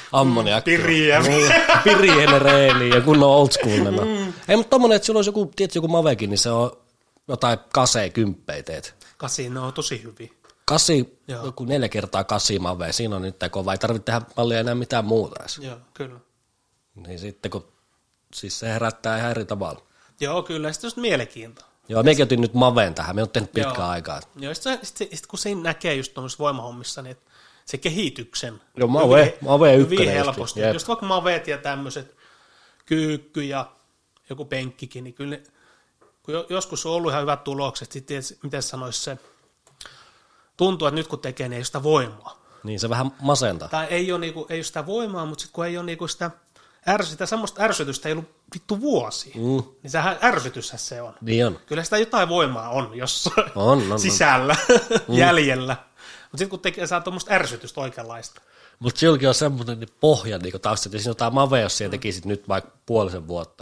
ammoniakki. Piriä. Piriä reeniin ja kunnon old school nämä. Ei, mutta tommonen, että sulla olisi joku, tietysti joku mavekin, niin se on jotain kasei kymppejä teet. Kasi, ne on tosi hyviä. Kasi, Joo. joku 4x8 mavea, siinä on nyt kova, ei tarvitse tehdä paljon enää mitään muuta edes. Joo, kyllä. Niin sitten kun, siis se herättää ihan eri tavalla. Joo, kyllä. Sitten just mielenkiintoa. Joo, mekin otin nyt maveen tähän, me oon tehnyt pitkään aikaa. Joo, sitten kun siinä näkee just tuollaisissa voimahommissa, niin se kehityksen. Joo, Mave hyvin ykkönen helposti. just. Just vaikka Maveet ja tämmöiset kyykky ja joku penkkikin, niin kyllä kun joskus on ollut ihan hyvät tulokset, sitten miten sanoisi se, tuntuu, että nyt kun tekee, niin ei ole sitä voimaa. Niin, se vähän masentaa. Tai ei ole, ei ole sitä voimaa, mutta sitten kun ei ole sitä semmoista ärsytystä ei ollut vittu vuosia, niin sehän ärsytyshän se on. Niin on. Kyllä sitä jotain voimaa on jossain On. sisällä, jäljellä. Mutta sitten kun tekee, saa tuommoista ärsytystä oikeanlaista. Mutta silläkin on semmoinen pohja niin taustalla, että jos jotain mavea, jos siellä tekisit nyt vaikka puolisen vuotta,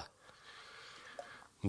niin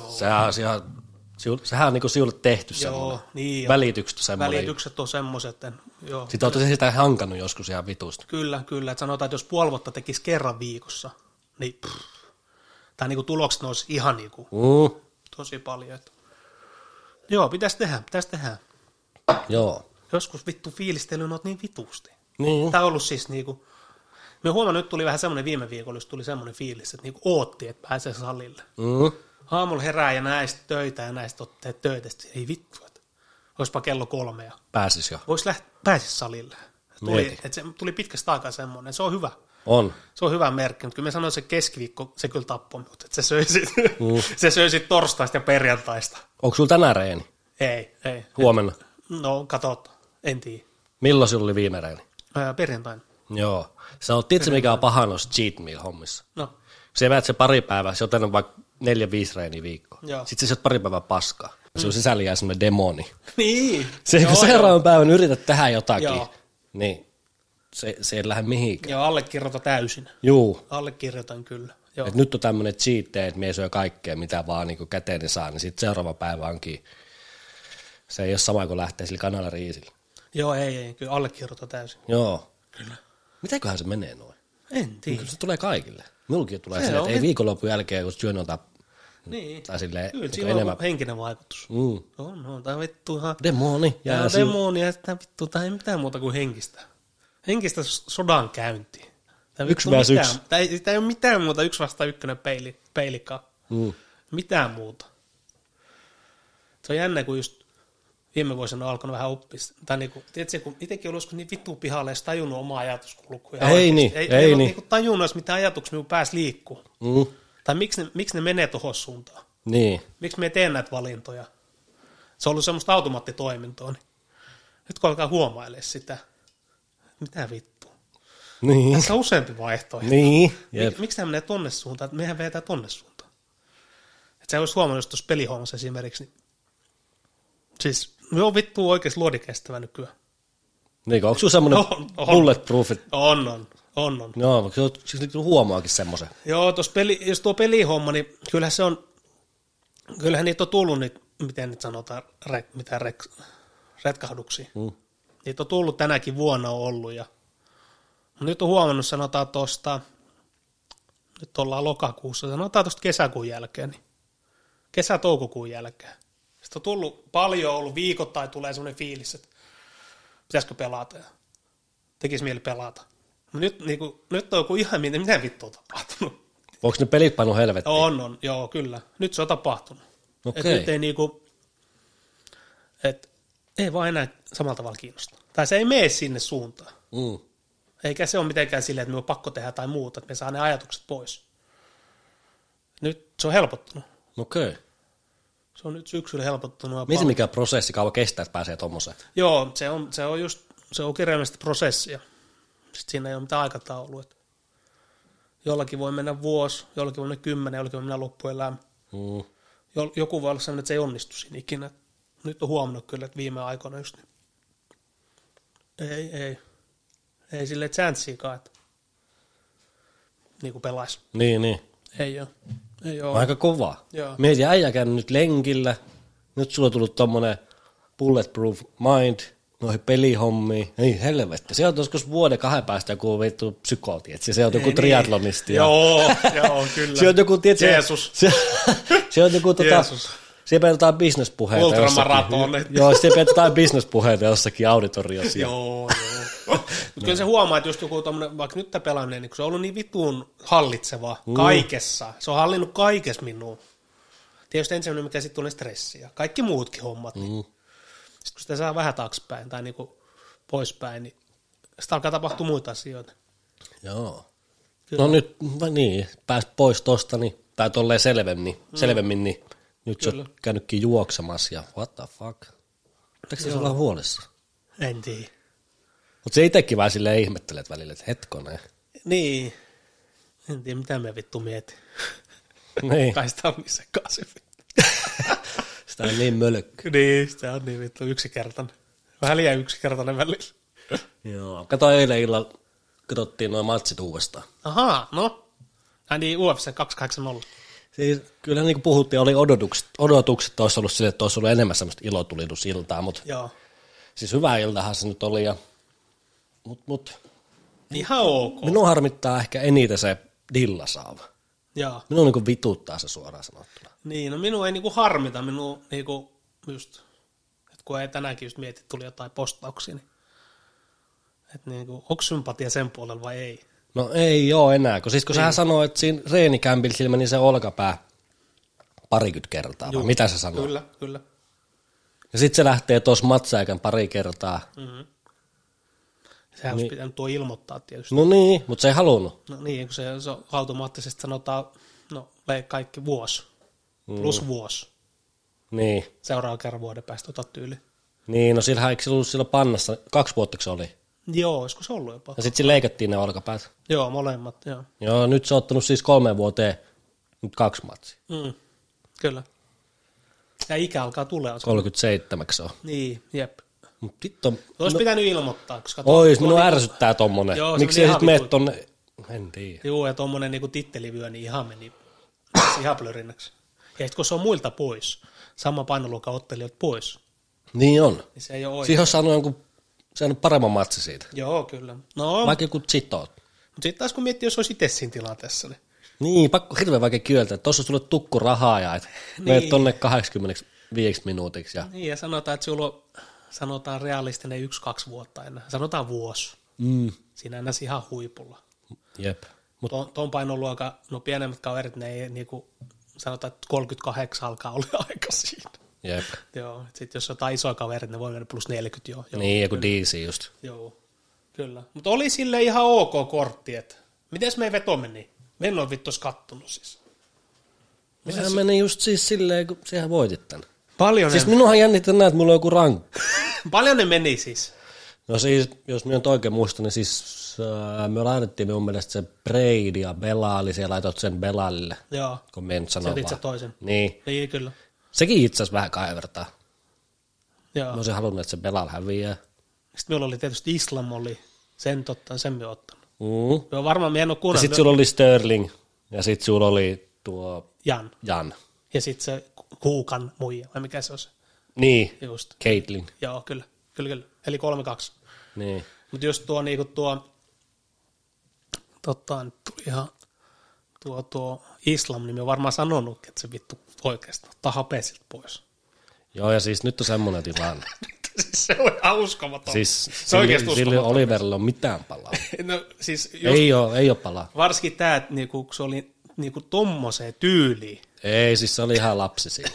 sehän on niin sinulle tehty semmoinen. Niin Välitykset on semmoinen. Välitykset on semmoiset. Joo. Sitten olette sitä hankannut joskus ihan vitusta. Kyllä. Että sanotaan, että jos puoli vuotta tekisi kerran viikossa, niin tai niin tulokset nousi ihan niin kuin, tosi paljon. Että. Joo, pitäisi tehdä. Joo. Joskus vittu fiilistely on niin vitusti. Niin. Tämä on ollut siis niinku, me huomannut, nyt tuli vähän semmoinen viime viikolla, jos tuli semmoinen fiilis, että niinku ootti, että pääsee salille. Aamulla herää ja näistä töitä ja näistä ottaa töitä, sitten ei vittu, että olisipa kello 3 ja Pääsis jo. pääsis salille. Se tuli pitkästä aikaa semmoinen, se on hyvä. On. Se on hyvä merkki, mutta kyllä mä sanoin, että se keskiviikko, se kyllä tappoi minut, että se söi sit torstaista ja perjantaista. Onko sulla tänään reeni? Ei. Huomenna? No, katsotaan, en tiedä. Milloin sulla oli viime reeni? Perjantaina. Joo. Se on, tiedätkö mikä on paha noissa cheat meal hommissa? No. Se väät se pari päivää, se on tehnyt vaikka 4-5 reeniä viikkoa. Joo. Sitten se syöt pari päivää paskaa. Se on sisällä jää semmoinen demoni. Niin. Kun seuraavan päivän yrität tehdä jotakin, Joo. niin se ei lähde mihinkään. Joo, allekirjoitan täysin. Juu. Allekirjoitan kyllä. Joo. Et nyt on tämmöinen cheat day, että mie syö kaikkea, mitä vaan niin käteeni saa, niin sitten seuraava päivä onkin, se ei ole sama kuin lähtee sillä kanalariisillä. Joo, ei, kyllä allekirjoitan täysin. Joo. Kyllä. Mitäköhän se menee noin? En tiedä. Kyllä se tulee kaikille. Minullakin tulee Se silleen, on että ei viikonlopun jälkeen, kun syön noita, Niin. tai silleen, Kyllä, niin siinä on enemmän. henkinen vaikutus. On, tämä vittu ihan... Demoni. Tämä demonia, tämä vittu, tämä ei mitään muuta kuin henkistä. Henkistä sodan käyntiä. 1 vs. 1. Tämä ei ole mitään muuta 1-1 peilikaan. Mitään muuta. Se on jännä, kun just viime vuosina on alkanut vähän oppia. Tai niinku, tiedätkö, kun itsekin ollut niin vittu pihalle, edes tajunnut omaa ajatuskulkua. Ei niin. Ei ole niinku tajunnut, mitä ajatuksia minun pääsi liikkuu. Tai miksi ne menee tuohon suuntaan. Niin. Miksi me teen näitä valintoja. Se on ollut semmoista automaattitoimintoa. Niin nyt kun alkaa huomailemaan sitä, mitä vittu. Niin. Tässä on useampi vaihtoehto. Niin. Miksi tämä menee tonne suuntaan, että mehän vetää tonne suuntaan. Että sä olisi huomannut tuossa pelihommassa esimerkiksi, niin siis me on vittu oikeasti luodikestävä nykyään. Niin, onko sinulla semmoinen bulletproof? On. Joo, se huomaakin semmoisen. Joo, jos tuo pelihomma, niin kyllähän niitä on tullut, miten nyt sanotaan, retkahduksia. Niitä on tullut tänäkin vuonna ollut. Nyt on huomannut, sanotaan tuosta, nyt ollaan lokakuussa, sanotaan tuosta kesäkuun jälkeen, niin kesä-toukokuun jälkeen. Sitten on tullut paljon, ollut viikoittain tulee semmoinen fiilis, että pitäisikö pelata ja tekisi mieli pelata. Nyt on joku ihan mitä vittu on tapahtunut. Onko ne pelit pannut helvettiin? On, joo, kyllä. Nyt se on tapahtunut. Okei. Nyt ei ei vaan enää samalla tavalla kiinnosta. Tai se ei mene sinne suuntaan. Eikä se ole mitenkään silleen, että me on pakko tehdä tai muuta, että me saa ne ajatukset pois. Nyt se on helpottunut. Okei. Se on nyt syksyllä helpottunut. Miten mikä prosessi kauan kestää, että pääsee tommoseen? Joo, se on kirjaimellisesti prosessia. Sitten siinä ei ole mitään aikataulua. Jollakin voi mennä vuosi, jollakin voi mennä 10, jollakin voi mennä loppuelämä. Joku voi olla sellainen, että se ei onnistu siinä ikinä. Nyt on huomannut kyllä, että viime aikoina just niin. Ei silleen chanssiikaan, että niin kuin pelaisi. Niin. Ei ole. Aika kova. Joo. Mietin äijä käynyt nyt lenkillä. Nyt sulla on tullut tommonen bulletproof mind. noihin pelihommiin. Ei helvetti. Se on joskus vuoden 2 päästä joku vittu psykooti, että se on joku triatlonisti. Joo, kyllä. Se on joku, tiedätkö, Jeesus. Se on joku Jeesus. siellä pidetään jotain bisnespuheita Ultramaratonit. Joo, siellä pidetään jotain bisnespuheita jossakin auditoriossa. Joo. Mutta kyllä se huomaa, että just joku tommonen, vaikka nyt pelanneen, niin kun se on ollut niin vitun hallitseva kaikessa. Se on hallinnut kaikessa minuun. Tietysti ensimmäinen, mikä sitten tulee stressiä. Kaikki muutkin hommat. Niin. Sitten kun sitä saa vähän taaksepäin tai niinku poispäin, niin sitten alkaa tapahtua muita asioita. Joo. Kyllä. No nyt, niin, pääs pois tosta, niin, tai tolleen selvemmin, niin nyt se on käynytkin juoksemassa ja what the fuck. Pitääkö se olla huolissa? En tiedä. Mutta se itsekin vähän silleen ihmettelet välillä, että hetkonen. Niin. En tiedä, mitä me vittu mietin. Niin. Tai sitä on niin sekaisin. Sitä on niin mölkky. Niin, sitä on niin vittu yksinkertainen. Vähän liian yksinkertainen välillä. Joo. Kato eilen illalla, katsottiin noin matsit uudestaan. Ahaa, no. Niin UFC 280. Siis kyllä niin kuin puhuttiin, oli odotukset että olisi ollut sille, että olisi ollut enemmän semmoista ilotulidusiltaa, mutta joo. Siis hyvä iltahan se nyt oli. Mut. Ihan ok. Minun harmittaa ehkä eniten se dillasaava. Joo. Minun niin vituttaa se suoraan sanottuna. Niin, no minun ei niinku harmita, minun niinku just, että kun ei tänäänkin just mietit, tuli jotain postauksia, niin että niinku, onko sympatia sen puolella vai ei? No ei ole enää, kun siis kun sähän sanoo, että siinä reenikämpillä sillä meni se olkapää 20 kertaa, vai mitä se sanoo? Kyllä. Ja sitten se lähtee tuossa matsäikän pari kertaa. Mm-hmm. Sehän olisi pitänyt tuo ilmoittaa tietysti. No niin, mutta se ei halunnut. No niin, kun se automaattisesti sanotaan, no kaikki vuosi, plus vuosi. Niin. Seuraavan kerran vuoden päästä otat tyyli. Niin, no sillähän eikö se ollut silloin pannassa, 2 vuotta se oli. Joo, olisiko se ollut jopa? Ja sitten sillä leikattiin ne olkapäät. Joo, molemmat, joo. Joo, nyt se on ottanut siis 3 vuoteen, nyt 2 matsia. Kyllä. Ja ikä alkaa tulee. 37 se on. Niin, jep. Mut vittu. Olisi pitänyt ilmoittaa. Koska ois, minua ärsyttää tommonen. Joo, miksi se sitten meet tonne, en tiedä. Joo, ja tommonen niinku tittelivyö, niin ihan meni ihan plörinnäksi. Ja sitten kun se on muilta pois, sama painoluokan ottelijat pois. Niin on. Niin se ei ole oikein. Siihen on saanut jonkun, saanut paremman matsi siitä. Joo, kyllä. No, vaikka joku chitoot. mutta sitten taas kun miettii, jos olisi itse siinä tilanteessa, niin... Niin, pakko hirveän vaikea kyöltä, että tuossa sulle tukku rahaa ja että menet tonne 85 minuutiksi. Ja... Niin, ja sanotaan, että sulla on, sanotaan realistinen 1-2 vuotta enää. Sanotaan vuosi. Siinä enää ihan huipulla. Jep. Tuon painoluokan, no pienemmät kaverit, ne ei niinku, sanotaan, että 38 alkaa olla aika siinä. Jep. Joo, sitten jos jotain isoja kaverit, ne voi mennä plus 40 joo. Niin, joku DC just. Joo, kyllä. Mutta oli sille ihan ok kortti, että mites me veto meni? Me en ole vittu kattonut siis. Sehän meni just siis silleen, kun sehän voitit tän. Paljon siis minunhan jännittää näin, että mulla on joku rankku. Paljon ne meni siis? No siis, jos minä nyt oikein muistan, niin siis me laitettiin minun mielestä se Brady ja Belali, ja laitot sen Belalille. Joo. Kun me en sano vaan. Se toisen. Niin. Niin, kyllä. Sekin itse asiassa vähän kaivertaa. Joo. Mä olisin halunnut, että se Belal häviää. Sitten minulla oli tietysti Islam oli, sen me ottanut. Joo, varmaan minä en ole kuunnellut. Ja sitten sulla oli Sterling, ja sitten sulla oli tuo Jan. Ja sitten se Kuukan muija, vai mikä se on se? Niin, just. Caitlyn. Joo, kyllä. Eli 3-2. Niin. Mutta just tuo niinku nyt tuli ihan tuo Islam, niin me varmaan sanonutkin, että se vittu oikeastaan ottaa hapea siltä pois. Joo, ja siis nyt on semmoinen tilanne. Siis se on ihan uskomaton. Siis se oikeasti sille Oliverilla on mitään palaa. No, siis just, ei ole palaa. Varsinkin tämä, että niinku, se oli niinku tommoseen tyyliin. Ei, siis se oli ihan lapsi siinä.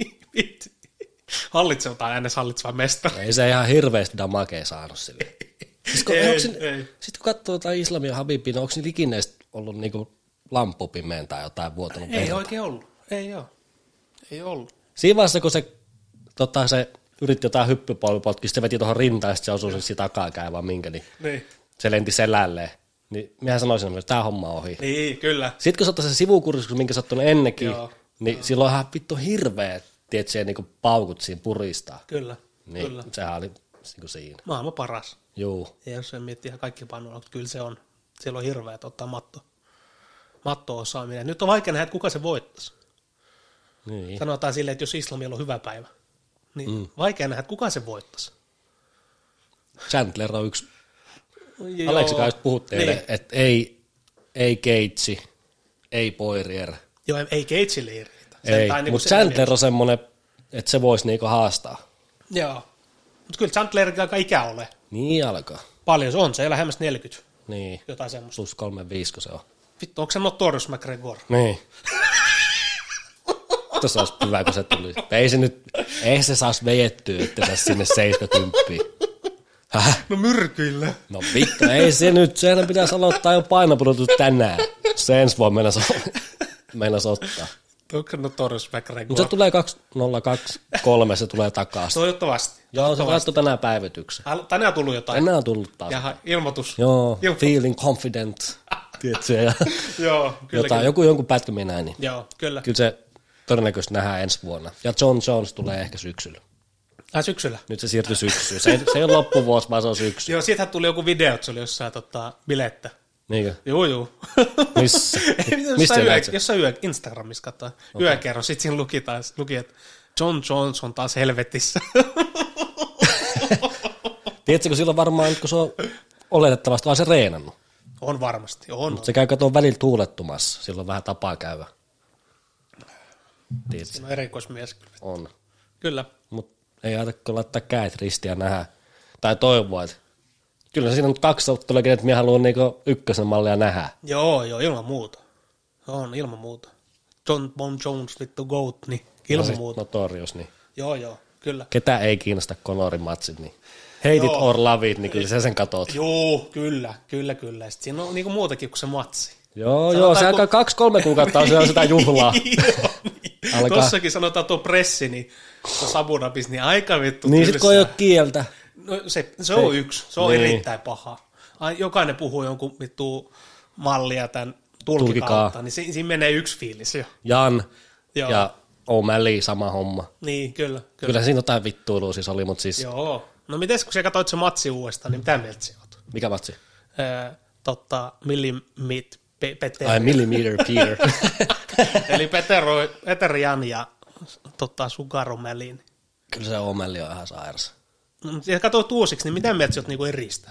Hallitseva mestari. Ei se ihan hirveästi damakea saanut sille. Siis sitten kun katsoo jotain Islamia ja Habibia, niin onko niillä ikinä ollut niinku lamppupimeen tai jotain vuotanut Ei verta? oikein ollut. Ei ollut. Siinä vaiheessa, kun se yritti jotain hyppypolvipotkia, se veti tuohon rintaan ja sitten se osui siinä takakäin vai minkä, niin se lenti selälleen. Niin minähän sanoisin, että tämä homma on ohi. Niin, kyllä. Sitten kun se ottaa se sivukurskus, minkä sä ottanut ennenkin, niin silloin ihan vittu hirveä, tiedät se niinku paukut siinä puristaa. Kyllä, niin, kyllä. Sehän oli niinku siinä. Maailman paras. Juu. Ja jos se miettii ihan kaikki painoilla, mutta kyllä se on. Siellä on hirveä, että ottaa matto-osaaminen. Nyt on vaikea nähdä, että kuka se voittaisi. Niin. Sanotaan silleen, että jos Islamilla on hyvä päivä, niin vaikea nähdä, että kuka se voittaisi. Chandler on yksi. Joo. Aleksi kanssa puhuttiin, niin. Että ei Keitsi, ei Poirier. Joo, ei Keitsille ei riitä. Ei, mutta Chandler on semmoinen, että se voisi niinku haastaa. Joo, mutta kyllä Chandler aika ikä ole. Niin alkaa. Paljon se on, se ei lähemmäs 40. Niin. Jotain semmoista. Plus 35, kun se on. Vittu, onko se Notorious McGregor? Niin. Tuossa olisi hyvä, kun se tuli. Ei se saisi vejettyä, että se sinne 70. No myrkyillä. No vittu, ei se nyt, sehän pitäisi aloittaa jo painopudotus tänään. Se ensi vuonna meinas ottaa. Onko se Notorious McGregor? Mutta se tulee 2023, se tulee takaisin. Toivottavasti. Joo, se laittoi tänään päivityksen. Tänään on tullut jotain. Tänään on tullut taas. Jaha, ilmoitus. Joo, feeling confident. Tiedätkö? Ja Joo, kyllä. Jonkun pätkö minä niin. Joo, kyllä. Kyllä se todennäköisesti nähdään ensi vuonna. Ja John Jones tulee ehkä syksyllä. Syksyllä? Nyt se siirtyi syksyyn. Se ei ole loppuvuosi, vaan se on syksy. Joo, siitähän tuli joku video, että se oli jossain bilettä. Niinkö? Joo. Missä? Missä jossain Instagramissa katsoin. Okay. Yökerro, sitten siinä luki, että John Jones on taas helvetissä. Tiedätkö, kun silloin varmaan, kun se on oletettavasti vaan se reenannut. On varmasti, on. Se käy katoon välillä tuulettumassa, silloin vähän tapaa käydä. Tiedätkö? Siinä on erikoismies kyllä. On. Kyllä. Mutta ei ajatella laittaa kädet ristiin ja nähdä. Tai toivoa, että kyllä siinä on 2 otteluakin, että minä haluan niinku ykkösen mallia nähdä. Joo, ilman muuta. On, ilman muuta. John Bon Jones, vittu GOAT, niin ilman muuta. Notorious, niin. Joo, kyllä. Ketä ei kiinnosta Conorin matsit, niin hate it or love it, niin kyllä sä sen katot. Joo, kyllä. Sitten siinä on niinku muutakin kuin se matsi. Joo, se alkaa 2-3 kuukautta on sitä juhlaa. Niin. Tossakin sanotaan tuo pressi, niin tuossa Abu Dhabis, niin aika vittu niin sit kun ei ole kieltä. No se on yksi, se on niin. Erittäin paha. Jokainen puhuu jonkun vittu mallia tämän tulkikautta, niin siinä menee yksi fiilis jo. Jan ja O'Malley sama homma. Niin, kyllä. Kyllä siinä jotain vittuilua siis oli, mutta siis. Joo. No mites kun sä katsoit se matsi uudestaan, niin mitä mieltä sä oot? Mikä matsi? Peter. Ai Millimeter Peter. Eli Peter Jan ja Sugar O'Malley. Kyllä se O'Malley on ihan sairas. No, ja katsoit uusiksi, niin mitä mieltä sä oot niinku eristä?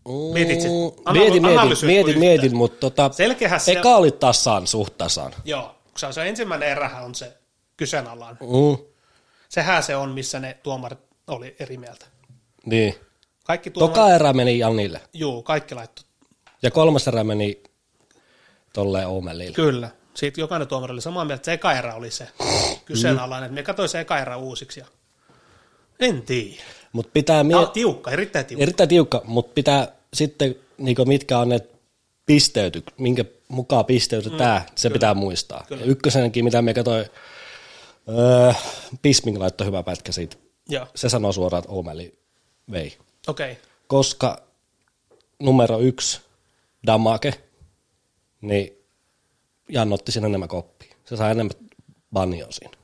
Mietin, mutta eka oli suht tasan. Joo, kun se ensimmäinen erähän on se kyseenalainen. Sehän se on, missä ne tuomarit oli eri mieltä. Niin. Toka erä meni Janille. Joo, kaikki laittoi. Ja 3. erä meni tolleen O'Malleylle. Kyllä. Siitä jokainen tuomari oli samaa mieltä, että se eka erä oli se kyseenalainen. Me katsoin se eka erä uusiksi ja en tiedä. Mut pitää tiukka, erittäin tiukka. Erittäin tiukka, mutta pitää sitten, niinku, mitkä on ne minkä mukaan pisteytetään, se pitää muistaa. Ja ykkösenkin, mitä me katsoin, Bisping laittoi hyvä pätkä siitä. Ja. Se sanoo suoraan, että O'Malley vei. Okay. Koska numero 1, damage, niin Jan otti siinä enemmän koppia. Se sai enemmän banjoa siinä.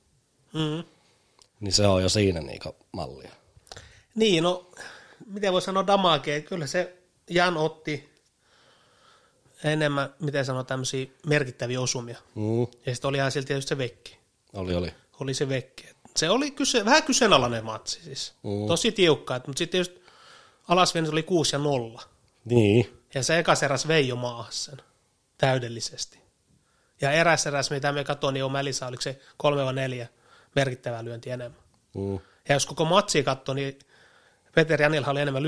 Niin se on jo siinä niinku mallia. Niin, no, miten voi sanoa damagea? Kyllä se Jan otti enemmän, miten sanoa, tämmöisiä merkittäviä osumia. Ja sitten oli ihan silti tietysti se vekki. Oli se vekki. Se oli vähän kyseenalainen matsi siis. Tosi tiukka, mutta sitten just alasvennys oli 6-0. Niin. Ja se ekas eräs vei jo maahan sen täydellisesti. Ja eräs, mitä me katsoin, niin on Mälissä, oliko se 3-4 merkittävää lyöntiä enemmän. Ja jos koko matsia katsoo, niin Peter Janilla oli enemmän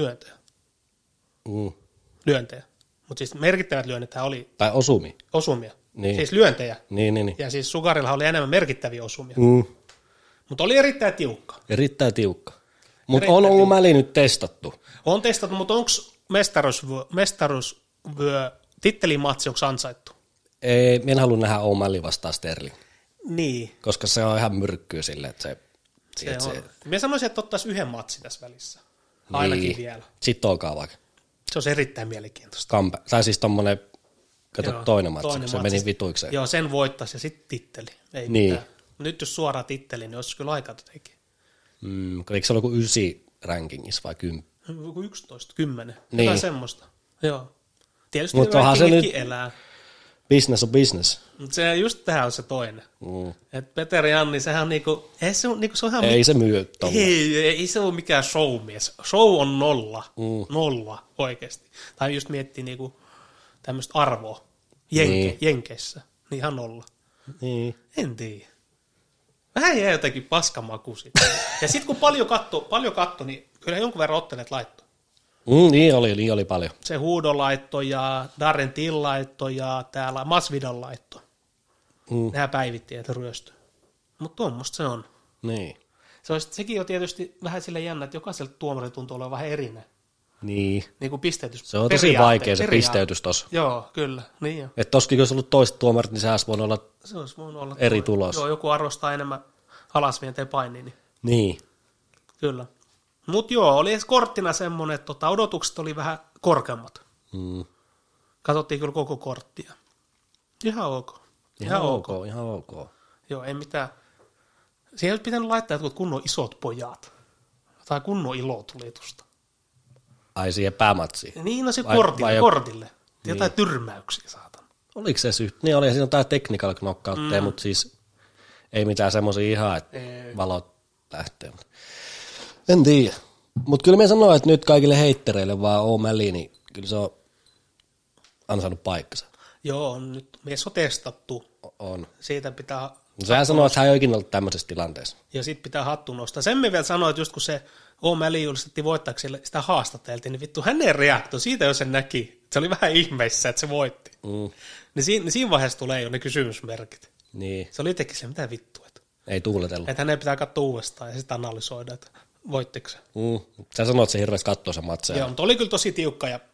lyöntejä. Mutta siis merkittävät lyönnithän oli. Tai osumia. Niin. Siis lyöntejä. Niin. Ja siis Sugarilla oli enemmän merkittäviä osumia. Mutta oli erittäin tiukka. Mutta on O'Malley nyt testattu. On testattu, mutta onko mestaruusvyö tittelimatsi, onko ansaittu? Ei, minä en halua nähdä O'Malley vastaan Sterling. Niin. Koska se on ihan myrkkyä silleen, että se on. Minä sanoisin, että ottaisi yhden matsin tässä välissä. Ainakin vielä. Sitten olkaa vaikka. Se on erittäin mielenkiintoista. Tai siis tommonen, toinen matsi, se meni vituikseen. Joo, sen voittaisi ja sitten titteli. Ei niin. Mitään. Nyt jos suoraan titteli, niin olisi kyllä aikaa tekin. Eikö se ole joku 9 rankingissa vai 10? Joku 11, 10. Niin. Jotain semmoista. Joo. Tietysti mutta onhan se nyt elää. Business on business. Mutta se just tähän on se toinen. Et Peter Janni, sehän on niinku, se on ihan... Ei se myy tommoista. Ei se ole mikään showmies. Show on nolla. Nolla oikeasti. Tai just miettii niinku tämmöistä arvoa Jenkeissä. Niin ihan nolla. Niin. En tiedä. Vähän jäi jotenkin paskamaku siitä. Ja sitten kun paljon katto, niin kyllä jonkun verran ottelet laittoi. Niin oli paljon. Se Huudon laitto ja Darren Till laitto ja täällä Masvidan laitto. Nämä päivitti, että ryöstö. Mutta tuommoista se on. Niin. Sekin on tietysti vähän sille jännä, että jokaiselle tuomari tuntuu olevan vähän erinäinen. Niin. Niin kuin pisteytys. Se on tosi vaikea se pisteytys tossa. Joo, kyllä. Niin jo. Että toskin jos ollut toiset tuomarit, niin se olisi voinut olla eri tulos. Joo, joku arvostaa enemmän alasvienteen painiin. Niin. Kyllä. Mutta joo, oli edes korttina semmoinen, että odotukset oli vähän korkeammat. Katsottiin kyllä koko korttia. Ihan ok. Ihan ok. Joo, ei mitään. Siihen olisi pitänyt laittaa jotkut kunnon isot pojat. Tai kunnon ilotulitusta. Ai siihen päämatsiin? Niin, no se kortille. Jotain tyrmäyksiä saatan. Oliko se syy? Niin oli, siinä on tää technical knockoutteja, mutta siis ei mitään semmoisia ihan, että valot lähtee. En tiedä. Mutta kyllä me sanoo, että nyt kaikille heittereille vaan O'Malley, niin kyllä se on ansainnut paikkansa. Joo, on nyt mies on testattu. On. Siitä pitää... Sehän sanoo, että hän ei oikein ollut tämmöisessä tilanteessa. Ja sitten pitää hattu nostaa. Sen me vielä sanoin, että just kun se O'Malley julistettiin voittajaksi, sitä haastateltiin, niin vittu hänen reaktio, siitä jo sen näki. Se oli vähän ihmeissä, että se voitti. Niin siinä vaiheessa tulee jo ne kysymysmerkit. Niin. Se oli itsekin se, mitä vittua. Ei tuuletellut. Että hänen pitää katsoa uudestaan ja sitten analysoida, että voittiko se. Sä sanoit, että se hirveästi katsoo sen matseja. Joo, mutta oli kyllä tosi tiukka ja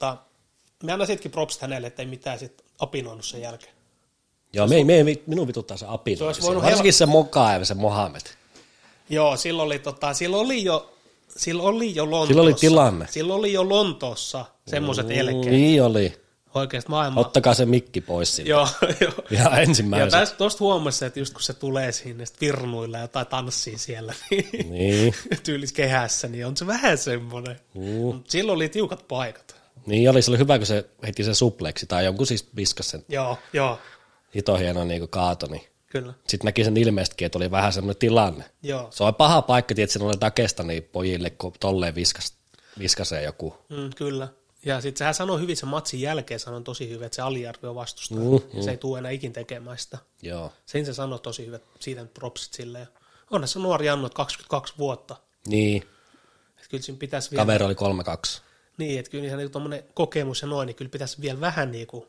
me annan sittenkin propsit hänelle, että ei mitään sitten apinoinut sen jälkeen. Joo, minun vituttaa se apinointi. Varsinkin se Mokaa ja se Mohamed. Joo, silloin oli jo Lontoossa. Silloin oli tilanne. Silloin oli jo Lontoossa semmoiset elkeet. Niin oli. Oikeasti maailma. Ottakaa se mikki pois siitä. Joo. Ihan ensimmäisenä. Ja tuosta huomasi, että just kun se tulee sinne virnuilla ja tanssii siellä, niin. Tyylis kehässä, niin on se vähän semmoinen. Silloin oli tiukat paikat. Niin se oli hyvä, kun se heti se supleksi tai jonkun siis viskas sen. Joo. Hito hieno niin kaato, niin kyllä. Sitten näki sen ilmeestikin, että oli vähän semmoinen tilanne. Joo. Se on paha paikka, että siinä oli takesta niin pojille, kun tolleen viskasee joku. Kyllä. Ja sitten sehän sanoi hyvin sen matsin jälkeen, sanoi tosi hyvin, että se aliarvioi vastustaa. Ja se ei tule enää ikin tekemään sitä. Joo. Sen se sanoi tosi hyvin, siitä propsit silleen. Onhan se nuori Jannu, 22 vuotta. Niin. Että kyllä siinä pitäisi vielä... Kaveri oli 3-2. Niin, että kyllä niin tuommoinen kokemus ja noin, niin kyllä pitäisi vielä vähän niin kuin...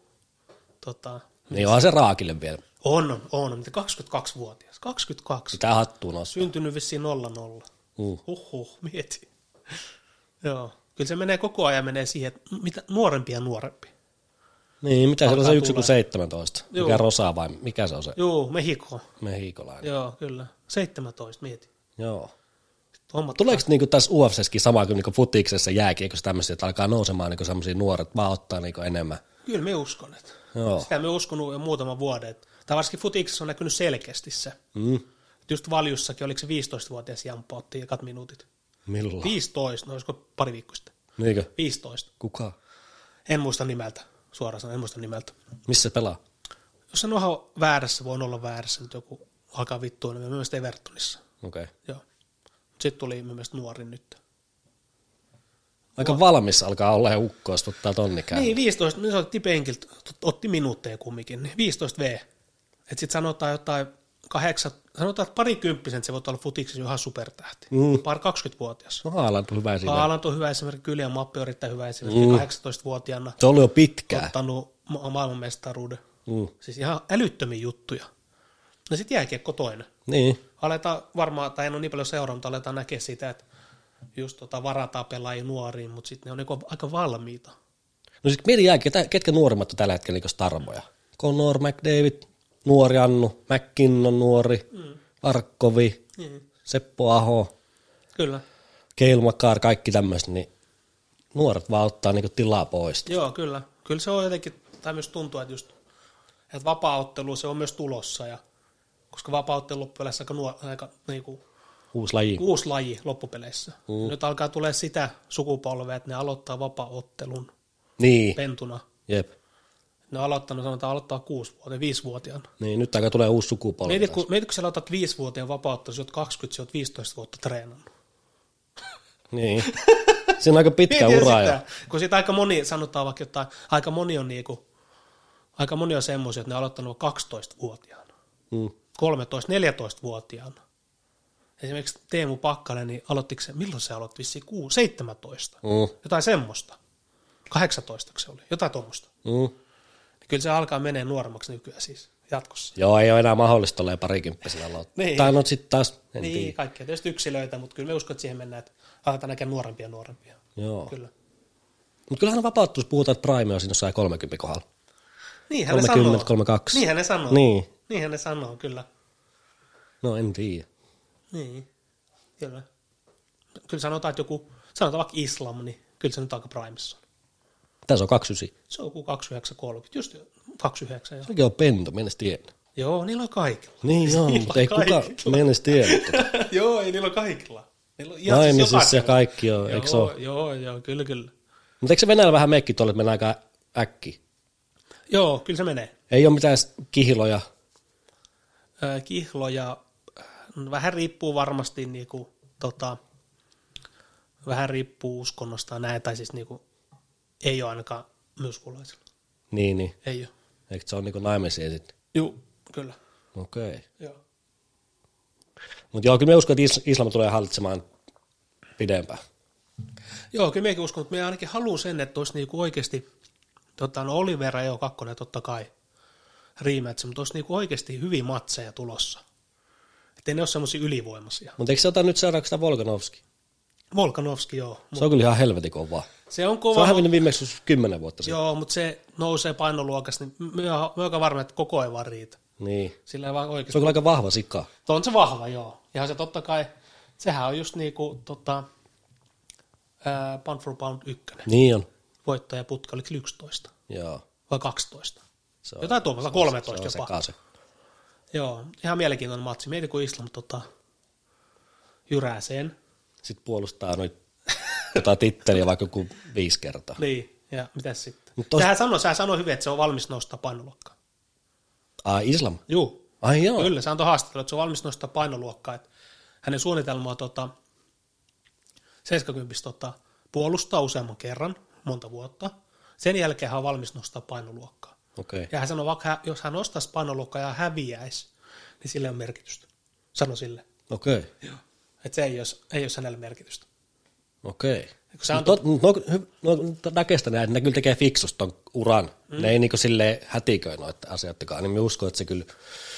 Niin onhan se raakille vielä. On, mutta 22-vuotias. 22. Pitää hattuun nostaa. Syntynyt vissiin 0-0. Mieti. Joo. Kyllä se menee koko ajan siihen, että mitä nuorempia. Niin, mitä siellä on se 1,17? Mikä Rosa vai mikä se on se? Joo, Mehikolainen. Joo, kyllä. 17, mieti. Joo. Tuleeko niinku tässä UFCssäkin sama kuin niinku futiksessa jääkiekossa tämmöisiä, että alkaa nousemaan niinku semmoisia nuoret, vaan ottaa niinku enemmän? Kyllä me uskon, että. Joo. Sitä me uskonut jo muutaman vuoden. Tai varsinkin futiksessa on näkynyt selkeästi se. Just Valjussakin, oliko se 15-vuotias Jamppa otti ekat minuutit? Milloin? 15, no olisiko pari viikkoa sitten? Niinkö? 15. Kuka? En muista nimeltä, suoraan sanoen, en muista nimeltä. Missä se pelaa? Jos se on väärässä, voin olla väärässä, nyt joku alkaa vittua, niin myös Evertonissa. Okei. Joo. Sitten tuli myös nuori nyt. Aika valmis alkaa olla ja ukko, jos ottaa tonnikään. Niin, 15, me otti penkiltä, otti minuutteja kumminkin, niin 15 V. Että sitten sanotaan jotain 8, sanotaan, että parikymppisen se voi olla futiksessa ihan supertähti. Par 20-vuotias. No Haaland on hyvä esimerkki. Haaland on hyvä esimerkki, Kylian Mappi on erittäin hyvä esimerkki, 18-vuotiaana. Se on ollut jo pitkään. Ottanut maailmanmestaruuden. Siis ihan älyttömiä juttuja. No sitten jääkiekko toinen. Niin. Aletaan varmaan, tai en ole niin paljon seurannut, mutta aletaan näkeä sitä, että just varataan pelaajia nuoriin, mutta sitten ne on niinku aika valmiita. No sitten mieti jääkiekko, ketkä nuorimmat on tällä hetkellä niin starmoja? Conor McDavid, nuori Annu, McKinnon nuori, Arkkovi, Seppo Aho, kyllä. Cale Makar, kaikki tämmöiset, niin nuoret vaan ottaa niinku tilaa pois. Joo, kyllä. Kyllä se on jotenkin, tai myös tuntuu, että just, että vapaa-ottelu se on myös tulossa, ja koska vapaa-ottelu loppupeleissä aika niinku, uusi laji loppupeleissä. Nyt alkaa tulee sitä sukupolvea, että ne aloittaa vapaa-ottelun niin. pentuna. Jep. Ne on aloittanut, sanotaan aloittaa 5-vuotiaana. Niin, nyt aika tulee uusi sukupolvi. Mieti, kun sä aloitat 5-vuotiaan vapautta, sä oot 20, sä oot 15 vuotta treenannut. Niin. Se on aika pitkä ura jo. Kun siitä aika moni, sanotaan vaikka jotain, aika moni on semmoisia, että ne on aloittanut 12-vuotiaana. 13-14-vuotiaana. Esimerkiksi Teemu Pakkanen, niin milloin se aloitti? Vissiin 17. Jotain semmoista. 18 se oli, jotain tuommoista. Kyllä se alkaa menee nuoremmaksi nykyään siis jatkossa. Joo, ei ole enää mahdollista olla parikymppisenä aloittaa. Niin. Tai no sitten taas, Niin, kaikkia tietysti yksilöitä, mutta kyllä me uskon, että siihen mennään, että aletaan näkee nuorempia. Joo. Kyllä. Mutta kyllähän vapauttuus puhutaan, että Prime on siinä jossain 30 kohdalla. Niinhän ne sanoo. 32. Niinhän ne sanoo. Niin. Niinhän ne sanoo, kyllä. No en tiedä. Niin, kyllä. Kyllä sanotaan, että sanotaan vaikka Islam, niin kyllä se nyt aika primessa on. Tässä on 29. Se on joku 2930, just 29. Sekin on pento, mä en edes tiedä. Joo, niillä on kaikilla. Niin joo, mutta ei kukaan, mä en edes tiedä. Joo, ei niillä on kaikilla. Naimisissa ja kaikki on, eikö se ole? Joo, kyllä. Mutta eikö se Venäjällä vähän meikki tuolle, että mennään aika äkkiä? Joo, kyllä se menee. Ei ole mitään kihloja. Kihloja, vähän riippuu varmasti vähän riippuu uskonnosta ja näin, tai siis ei ole ainakaan myskulaisilla. Niin. Ei ole. Eikö se ole niinku naimisia sitten? Joo, kyllä. Okei. Okay. Joo. Mutta joo, kyllä me uskon, että islam tulee hallitsemaan pidempään. Joo, kyllä mekin uskon, mutta me ainakin haluan sen, että olisi oikeasti, Olivera ei ole 2, totta kai, rematch, mutta olisi oikeasti hyviä matseja tulossa. Että ne ole semmoisia ylivoimaisia. Mutta eikö se ota nyt seuraavaksi sitä Volkanovski? Volkanovski, joo. Se on kyllä ihan helvetin kovaa. Se on kova. Se on hävinnyt viimeksi 10 vuotta sitten. Joo, mutta se nousee painoluokassa, niin me on varma, että koko ei vaan riitä. Niin. Sillä ei vaan oikeasti. Se on kyllä aika vahva sika. On se vahva, joo. Ja se totta kai, sehän on just pound for pound 1. Niin on. Voittajaputka oli 11. Joo. Vai 12. Se on, jotain tuommoista, 13 se on jopa. sekase. Joo, ihan mielenkiintoinen matsi. Mieti, kun Islam jyrää sen. Sitten puolustaa noita titteliä vaikka joku 5 kertaa. Niin, ja mitäs sitten? Sehän sanoi hyvin, että se on valmis nostaa painoluokkaa. Ai, Islam? Joo. Ai joo. Kyllä, se antoi haastattelua, että se on valmis nostaa painoluokkaa. Että hänen suunnitelmaa 70 puolustaa useamman kerran, monta vuotta. Sen jälkeen hän on valmis nostaa painoluokkaa. Okay. Ja hän sanoi, vaikka jos hän nostaisi painoluokkaa ja häviäisi, niin sille on merkitystä. Sano sille. Okei. Okay. Joo. Että se ei olisi hänelle merkitystä. Okei. Okay. Näkestä näin, ne kyllä tekee fiksusta ton uran. Ne ei niinku silleen hätiköi noita asioittakaan. Niin mä uskon, että se kyllä,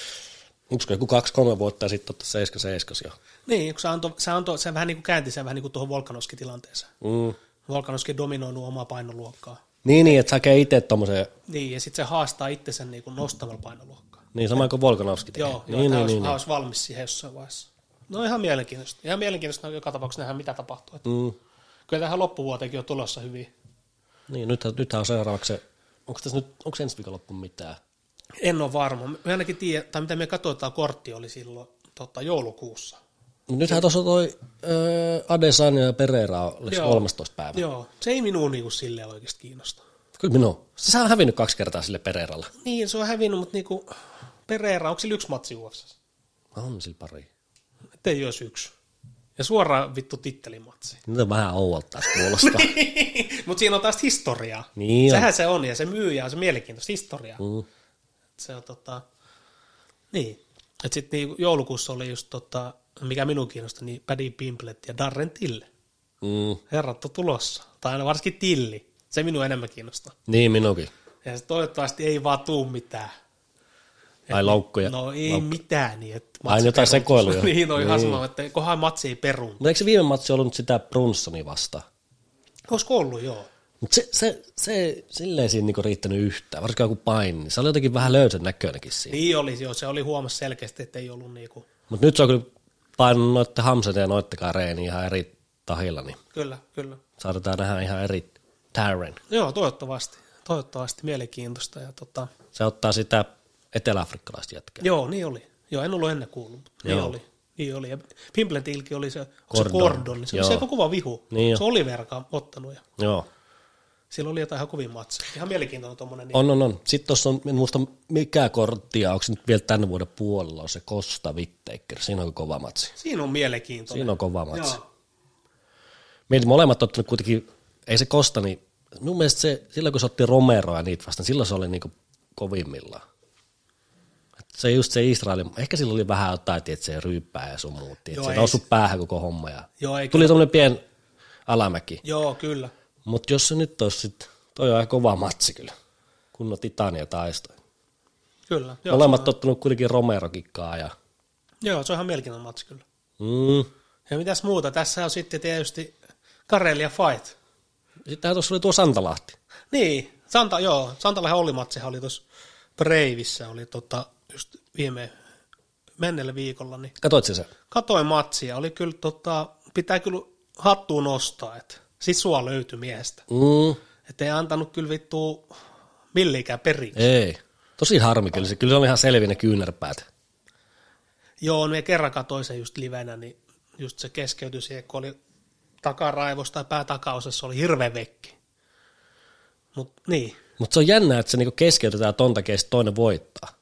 joku 2-3 vuotta ja sitten ottaa 7 jo. Niin, kun se vähän niin kuin käänti sen vähän niin kuin tuohon Volkanovski-tilanteeseen. Volkanovski dominoinut omaa painoluokkaa. Niin, että se hakee itse tommoseen. Niin, ja sitten se haastaa itse sen niin kuin nostamalla painoluokkaa. Niin, sama kuin Volkanovski tekee. Joo, niin, hän olisi valmis siihen jossain vaiheessa. No ihan mielenkiintoista. Ihan mielenkiintoista joka tapauksessa nähdään, mitä tapahtuu. Kyllä tähän loppuvuoteenkin on tulossa hyvin. Niin, nythän on seuraavaksi se, onko ensi viikonloppu mitään? En ole varma. Me ainakin tiedä, tai mitä me katsotaan, kortti oli silloin joulukuussa. Nythän tuossa toi Adesanya ja Pereira olisi 13 päivä. Joo, se ei minua niinku silleen oikeasti kiinnosta. Kyllä minua. Se on hävinnyt 2 kertaa sille Pereiralla. Niin, se on hävinnyt, mutta niinku Pereira, onko sillä 1 matsi UFC:ssä? On sillä pari. Ettei olisi 1. Ja suoraan vittu tittelimatsi. Nyt on vähän ouolta kuulostaa. Mutta siinä on taas historiaa. Niin sehän se on, ja se myy, ja on se mielenkiintoista historiaa. Se on niin. Että sitten niin joulukuussa oli just mikä minun kiinnosti, niin Paddy Pimblett ja Darren Till. Herrat on tulossa. Tai aina varsinkin Tilli. Se minua enemmän kiinnostaa. Niin, minunkin. Ja se toivottavasti ei vaan tuu mitään. Ai loukkuja. No ei mitään. Niin, ai jotain sekoiluja. Niin, on ihan sama, että kohan matsi ei peruun. Mutta eikö se viime matsi ollut sitä Brunsonia vastaan? Olisiko ollut, joo. Mutta se silleen siinä niinku riittänyt yhtään, varsinkin joku paini. Se oli jotenkin vähän löysän näköinenkin siinä. Niin oli, joo. Se oli huomassa selkeästi, että ei ollut niinku. Mutta nyt se on kyllä painanut noitte Hamzat ja noittekaan reeniä ihan eri tahilla. Niin kyllä. saadaan nähdä ihan eri Darren. Joo, toivottavasti mielenkiintoista. Ja se ottaa sitä etelä-afrikkalaista jätkää. Joo, niin oli. Joo, en ollut ennen kuullut, mutta niin oli. Ja Pimplettilkin oli se Gordon, niin se oli se kova vihu. Niin se Oliver ottanut. Joo. Silloin oli jotain ihan kovin matseja. Ihan mielenkiintoinen tuommoinen. On. Sitten tuossa on, en muista mikä korttia, onko se nyt vielä tämän vuoden puolella, on se Costa Whittaker. Siinä on kova matsi. Siinä on mielenkiintoinen. Siinä on kova matsi. Joo. Mietin, molemmat ottanut kuitenkin, ei se Costa, niin mun mielestä se, silloin kun se otti Romeroa niitä vastaan, silloin se oli niinku kovimmillaan. Se just se Israelin, ehkä sillä oli vähän jotain, että se ryyppää ja sun muutti. Se noussut päähän koko homma ja tuli tommonen pien alamäki. Joo, kyllä. Mutta jos se nyt olisi sitten, toi on aika kova matsi kyllä, kunnon titania taistoi. Kyllä. Molemmat tottunut kuitenkin Romero-kikkaa. Joo, se on ihan mielenkiintoinen matsi kyllä. Mm. Ja mitäs muuta? Tässä on sitten tietysti Karelia Fight. Sittenhän tuossa oli tuo Santalahti. Niin, Santalahden Olli-matsihan oli tuossa Breivissä, oli just menneellä viikolla. Niin Katoitko se? Katoin matsia, oli kyllä pitää kyllä hattuun nostaa, että sisua löytyi miehestä. Että ei antanut kyllä vittua millikään periksi. Ei, tosi harmi kyllä, kyllä se oli ihan selviä ne kyynärpäät. Joo, no ja kerran katsoin sen just livenä, niin just se keskeytyi siihen, kun oli takaraivossa tai päätakaosassa, oli hirveä vekki. Mutta se on jännä, että se niinku keskeytetään tonta kestä toinen voittaa.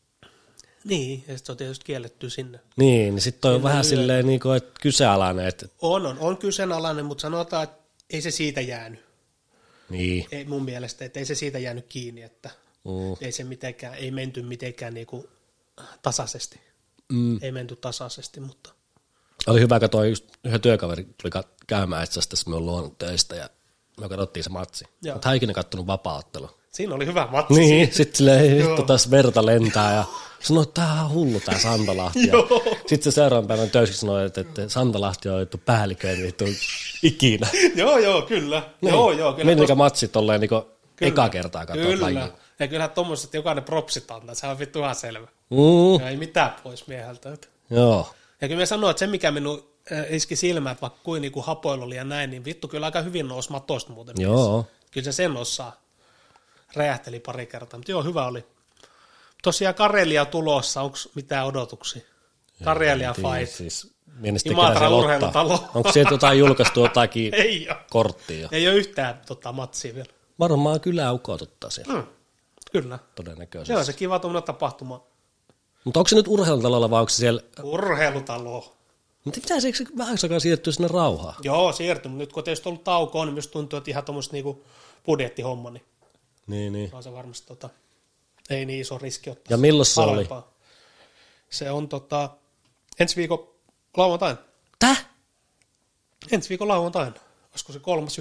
Niin, ja se on tietysti kielletty sinne. Niin sitten toi on vähän silleen niinku, että kyseenalainen. Että On kyseenalainen, mutta sanotaan, että ei se siitä jäänyt. Niin. Ei mun mielestä, että ei se siitä jäänyt kiinni, että ei se mitenkään, ei menty mitenkään niinku tasaisesti. Ei menty tasaisesti, mutta oli hyvä, katsoa just yhden työkaveri tuli käymään itse asiassa tässä me on luonut töistä ja me katsottiin se matsi. Mutta hän ikinä kattonut vapaa-ottelu. Siinä oli hyvä matsi. Niin, sitten silleen vittu taas verta lentää ja sanoi, että tää on hullu tää Santalahti. Sitten se seuraavan päivän töissä sanoi, että Santalahti on otettu päälliköön vittu ikinä. Joo, kyllä. Niin. Joo, kyllä. Menikä matsit tolleen niinku eka kertaa katsoa lajiin. Kyllä. Ja kyllähän tommoset, että jokainen propsit antaa, se on vittu ihan selvä. Ja ei mitään pois mieheltä. Joo. Ja kyllä mä sanoin, että se mikä minun iski silmään, että vaikka kuin niinku hapoilu oli ja näin, niin vittu kyllä aika hyvin nousi matosta muuten. Joo. Kyllä se sen osaa. Räjähteli pari kertaa, mutta joo, hyvä oli. Tosiaan Karelia tulossa, onko mitään odotuksia? Karelia Fight. Siis, Imatra urheilutalo. Onko sieltä jotain julkaistu jotakin korttia? Ei ole yhtään matsia vielä. Varmaan kyllä aukot ottaa siellä. Kyllä. Todennäköisesti. Joo, se kiva tuommoinen tapahtuma. Mutta onko se nyt urheilutalolla vai onko se siellä? Urheilutalo. Mutta mitä se, eikö se vähän aikaa siirtyä sinne rauhaan? Joo, siirtynyt. Nyt kun tietysti ollut taukoa, niin myös tuntuu, että ihan tuommoista niinku budjettihomma, niin. On se varmasti ei niin iso riski ottaa. Ja milloin se oli? Se on ensi viikon lauantaina. Täh? Ensi viikon lauantaina. Olisiko se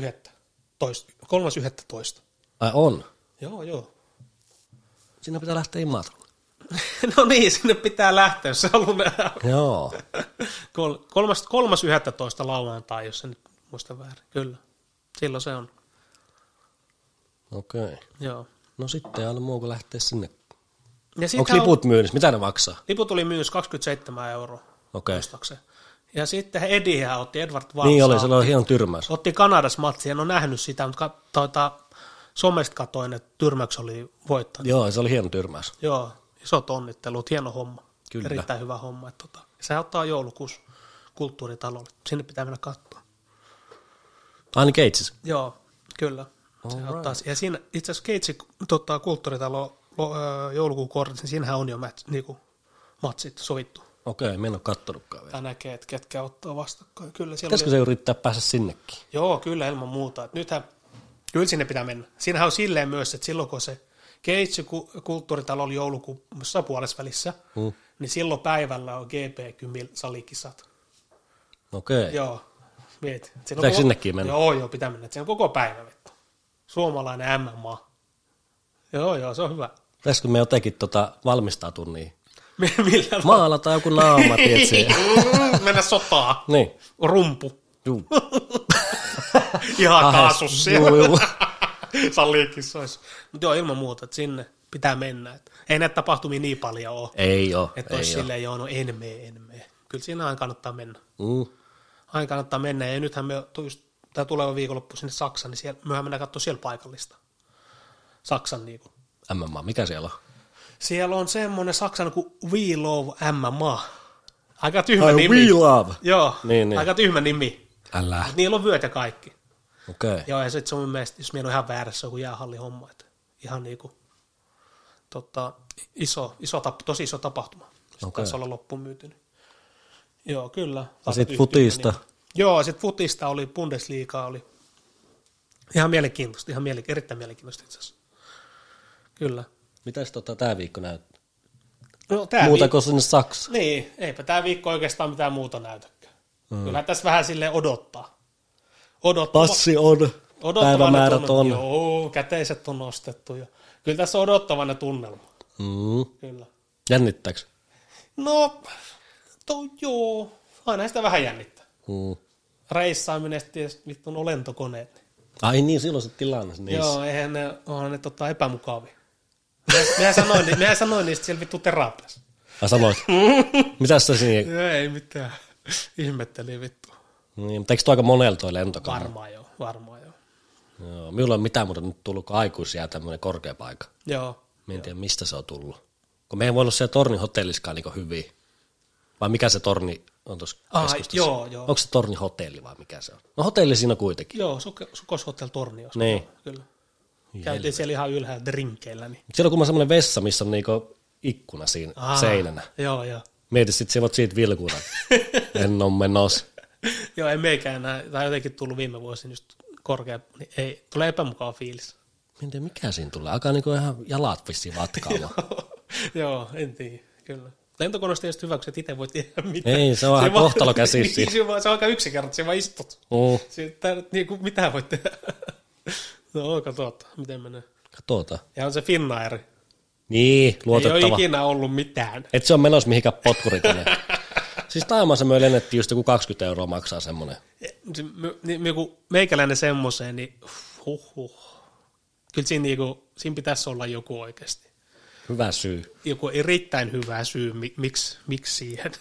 3.11. Ai on? Joo. Sinne pitää lähteä Imatralle. No niin, sinne pitää lähteä, jos se haluaa nähdä. Joo. 3.11. lauantai, jos se nyt muista väärin. Kyllä, silloin se on. Okei. Joo. No sitten ei ole muu kuin lähteä sinne. Onko liput myynnissä? Mitä ne maksaa? Liput oli myynnissä 27 €. Okei. Ja sitten Edihän otti, Edward Valsa. Niin oli, se oli hienon tyrmäys. Otti Kanadassa matsia, en ole nähnyt sitä, mutta somesta katoin, että tyrmäys oli voittanut. Joo, se oli hieno tyrmäys. Joo, isot onnittelut, hieno homma. Kyllä. Erittäin hyvä homma. Sehän ottaa joulukuussa kulttuuritalolle, sinne pitää mennä katsoa. Aina Keitsissä? Joo, kyllä. Ja siinä itse asiassa Keitsin kulttuuritalo joulukuun kortissa, niin siinähän on jo matsit sovittu. Okei, minä en ole kattonutkaan vielä. Tämä näkee, että ketkä ottaa vastakkain. Kyllä pitäisikö se yrittää päästä sinnekin? Joo, kyllä ilman muuta. Nythän, kyllä sinne pitää mennä. Siinähän on silleen myös, että silloin kun se Keitsin kulttuuritalo oli joulukuun puolessa välissä, niin silloin päivällä on GP-salikisat. Okei. Joo, mieti. Pitääkö sinnekin mennä? Joo, pitää mennä. Se on koko päivä vettä. Suomalainen MMA. Joo, se on hyvä. Pitäisikö me jotenkin valmistautua niin? Millä Maalataan joku naama, tietsä. Mennä sotaan. Niin. Rumpu. Juu. Ihan kaasus siellä. Juu. Salikissa olisi. Mutta joo, ilman muuta, että sinne pitää mennä. Ei näitä tapahtumia niin paljon ole. Ei ole. Että olisi silleen, joo, no en mene. Kyllä siinä aina kannattaa mennä. Aina kannattaa mennä. Ja nythän me tämä tuleva viikonloppu sinne Saksaan, niin siellä, mehän mennään katsoa siellä paikallista. Saksan niinku. MMA, mikä siellä on? Siellä on semmoinen Saksan kuin We Love MMA. Aika tyhmä nimi. We Love. Joo, niin. aika tyhmä nimi. Älä. Niillä on vyöt ja kaikki. Okei. Joo, ja sit se on mun mielestä, jos meillä on ihan väärässä joku jäähallihomma, että ihan niinku tosi iso tapahtuma. Sitten taisi olla loppuun myyty. Niin. Joo, kyllä. Ja sitten futista. Niin. Joo, sitten futista oli, Bundesliga oli ihan mielenkiintoista, erittäin mielenkiintoista itse asiassa. Kyllä. Mitäs tää viikko näyttää? No, muuta kuin sinne Saksa. Niin, eipä tää viikko oikeastaan mitään muuta näytäkään. Kyllä tässä vähän silleen odottaa. Passi on, päivämäärät on. Joo, käteiset on nostettu. Ja kyllä tässä on odottavainen tunnelma. Kyllä. Jännittääkö? No, joo, aina sitä vähän jännittää. Reissaaminen, tietysti vittu on lentokoneet. Ai niin, silloin se tilanne niissä. Joo, eihän ne epämukavia. Mehän sanoin niistä siellä vittu terapiassa. Sanoit? Mitäs sä siinä? Ei mitään. Ihmettelin vittu. Niin, mutta eikö tuo aika monella toi lentokone? Varmaan joo. Joo, minulla ei ole mitään muuta nyt tullut kuin aikuisia tämmöinen korkea paikka. Joo. Mä en tiedä, mistä se on tullut. Kun me ei voi olla siellä tornin hotelliskaan niin hyvin. Vai mikä se torni on tuossa keskustassa? Joo. Onko se torni hotelli vai mikä se on? No hotelli siinä kuitenkin. Joo, Sukos Hotel Torniossa. Niin. Kyllä. Käytiin siellä ihan ylhäällä drinkeillä. Niin. Siellä on kuulemma semmoinen vessa, missä on niinku ikkuna siinä seinänä. Joo. Mietit sitten, sä voit siitä vilkuuda. En ole menossa. Joo, ei meikään näin. Tai jotenkin tullut viime vuosina just korkea. Niin ei, tulee epämukava fiilis. En tiedä, mikä siinä tulee. Alkaa niinku ihan jalat vissiin vatkaamaan. Joo, en tiedä, kyllä. Lentokoneessa tietysti hyväksi, että itse voi tehdä mitään. Ei, se on vähän kohtalo käsissä. Se on aika yksinkertaisesti, siinä vaan istut. Sitten niinku, mitä voit tehdä? No, katsotaan, miten menee. Katsotaan. Ja on se Finnair. Niin, luotettava. Ei ole ikinä ollut mitään. Et se on menossa mihinkään potkurikone. Siis Taimaassa me lennettiin just joku 20 € maksaa semmoinen. Meikäläinen semmoiseen, niin Kyllä siinä pitäisi olla joku oikeasti. Hyvä syy. Joku erittäin hyvä syy, miksi siihen.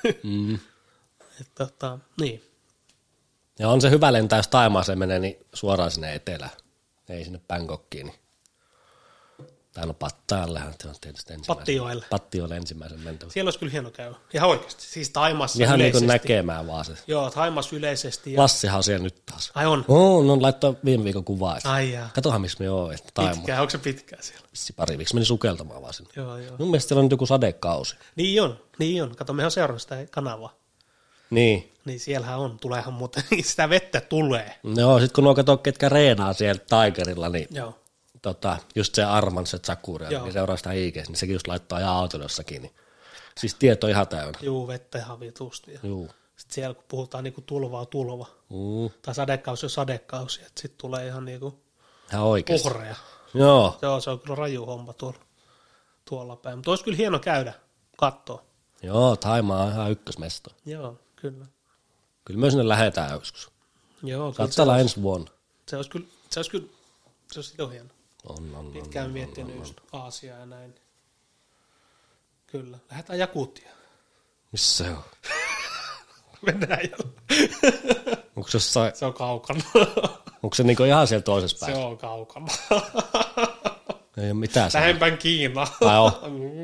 Niin. Ja on se hyvä lentää, jos Taimaaseen menee, niin suoraan sinne etelään. Ei sinne Bangkokiin. Niin. Tai no Pattajallehan se on tietysti ensimmäisen. Pattioille ensimmäisen mentävä. Siellä olisi kyllä hieno käydä. Ihan oikeasti. Siis Taimassa ihan yleisesti. Ihan niin näkemään vaan se. Joo, Taimassa yleisesti. Lassihan on siellä nyt taas. Ai on? No laittoi viime viikon kuvaa. Ai jaa. Katohan missä me oon. Pitkään, onko se pitkään siellä? Pari viikossa meni sukeltamaan vaan sinne. Joo. Mun mielestä siellä on nyt joku sadekausi. Niin on. Kato, mehän on seurannut sitä kanavaa. Niin. Niin siellähän on, tuleehan muuten, sitä vettä tulee. Joo, sit kun nuo katsoo, ketkä reenaa siellä Tigerilla, niin joo. Just se Arman, se Zakuri, niin seuraa sitä IGS, niin sekin just laittaa ihan autodossakin. Niin. Siis tieto ihan täynnä. Juu, vettä ihan vitusti. Juu. Sitten siellä kun puhutaan niinku tulva, tai sadekausi on sadekausi, että sitten tulee ihan niinku ihan oikeasti. uhreja. Joo. Joo, se on kyllä raju homma tuolla päin. Mutta olisi kyllä hieno käydä, katsoa. Joo, Taimaa on ihan ykkösmesto. Joo, kyllä. Kyllä me sinne lähdetään joskus. Joo. Katsellaan ensi vuonna. Se olisi jo hieno. On. Pitkään miettinyt just Aasiaa ja näin. Kyllä. Lähdetään Jakutia. Missä se on? Venäjällä. Onko se jossain? Se on kaukana. Onko se niinku ihan siellä toisessa päässä? Se on kaukana. Ei ole mitään. Lähempään Kiinaa. Tai on.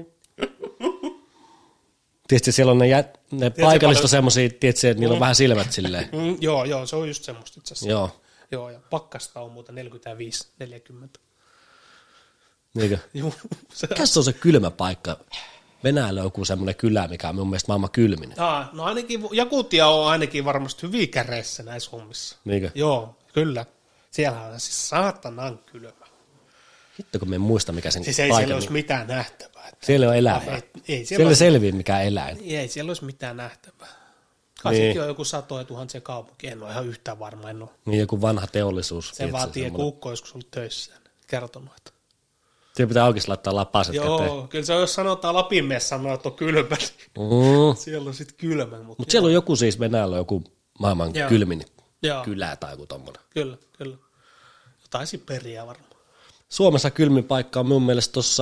Tiedätkö, siellä on ne paikallista semmosia, tiedätkö, että niillä on vähän silmät silleen. Joo, se on just semmoista itse asiassa. Joo, ja pakkasta on muuten 45-40. Niinkö? Joo. Mikä se on se kylmä paikka? Venäjällä on joku semmoinen kylä, mikä on mun mielestä maailman kylminen. No ainakin, Jakutia on ainakin varmasti hyvin käreissä näissä hommissa. Niinkö? Joo, kyllä. Siellä on siis saatanan kylmä. Hitto, kun me en muista, mikä sen siis ei siellä olisi mitään nähtävää. Siellä on elämää. Siellä selviää mikään eläin. Ei siellä olisi mitään nähtävää. Kai sekin on joku 100,000 kaupunki, en ole ihan yhtään varma, en ole. Niin joku vanha teollisuus. Se vaatii, kun ukko joskus ollut töissä, kertonut, että siellä pitää oikeasti laittaa lapaset joo, käteen. kyllä se jos sanotaan Lapin mies sanoo, että on kylmä, niin siellä on sitten kylmä. Mutta siellä on joku siis Venäjällä joku maailman kylmin kylä tai joku tommoinen. Kyllä. Jotain Siperiaa varmaan. Suomessa kylmin paikka on mun mielestä tuossa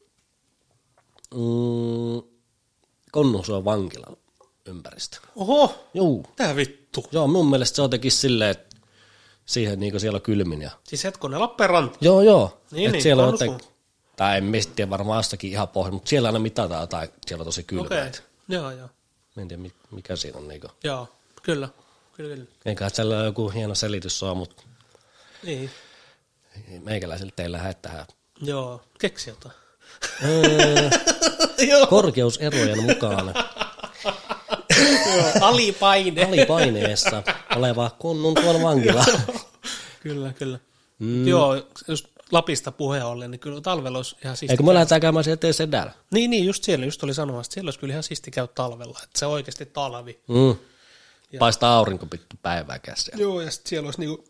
Konnunsuon vankilan ympäristö. Oho, Juu. Tää vittu. Joo, mun mielestä se on jotenkin silleen, että siihen niin siellä on kylmin. Ja siis hetkonen Lappeenranta. Joo. Niin, että siellä on jotenkin, tai en tiedä varmaan astakin ihan pohja, mutta siellä aina mitataan jotain, siellä on tosi kylmä. Okei, joo. En tiedä, mikä siinä on. Niin joo, kyllä. Eiköhän siellä joku hieno selitys ole, mutta Niin. Meikäläisille ei lähde tähän. Joo, keksi jotain. Korkeuserojen mukaan alipaineessa oleva Konnun tuon vankila. Kyllä. Joo, jos Lapista puheen ollen, niin kyllä talvella olisi ihan siisti. Eikö me lähdetään käymään sieltä sedällä? Niin, just siellä, just oli sanomassa, että siellä olisi kyllä ihan siisti käydä talvella, että se on oikeasti talvi. Paistaa aurinko pittu päivääkään siellä. Joo, ja sitten siellä olisi niinku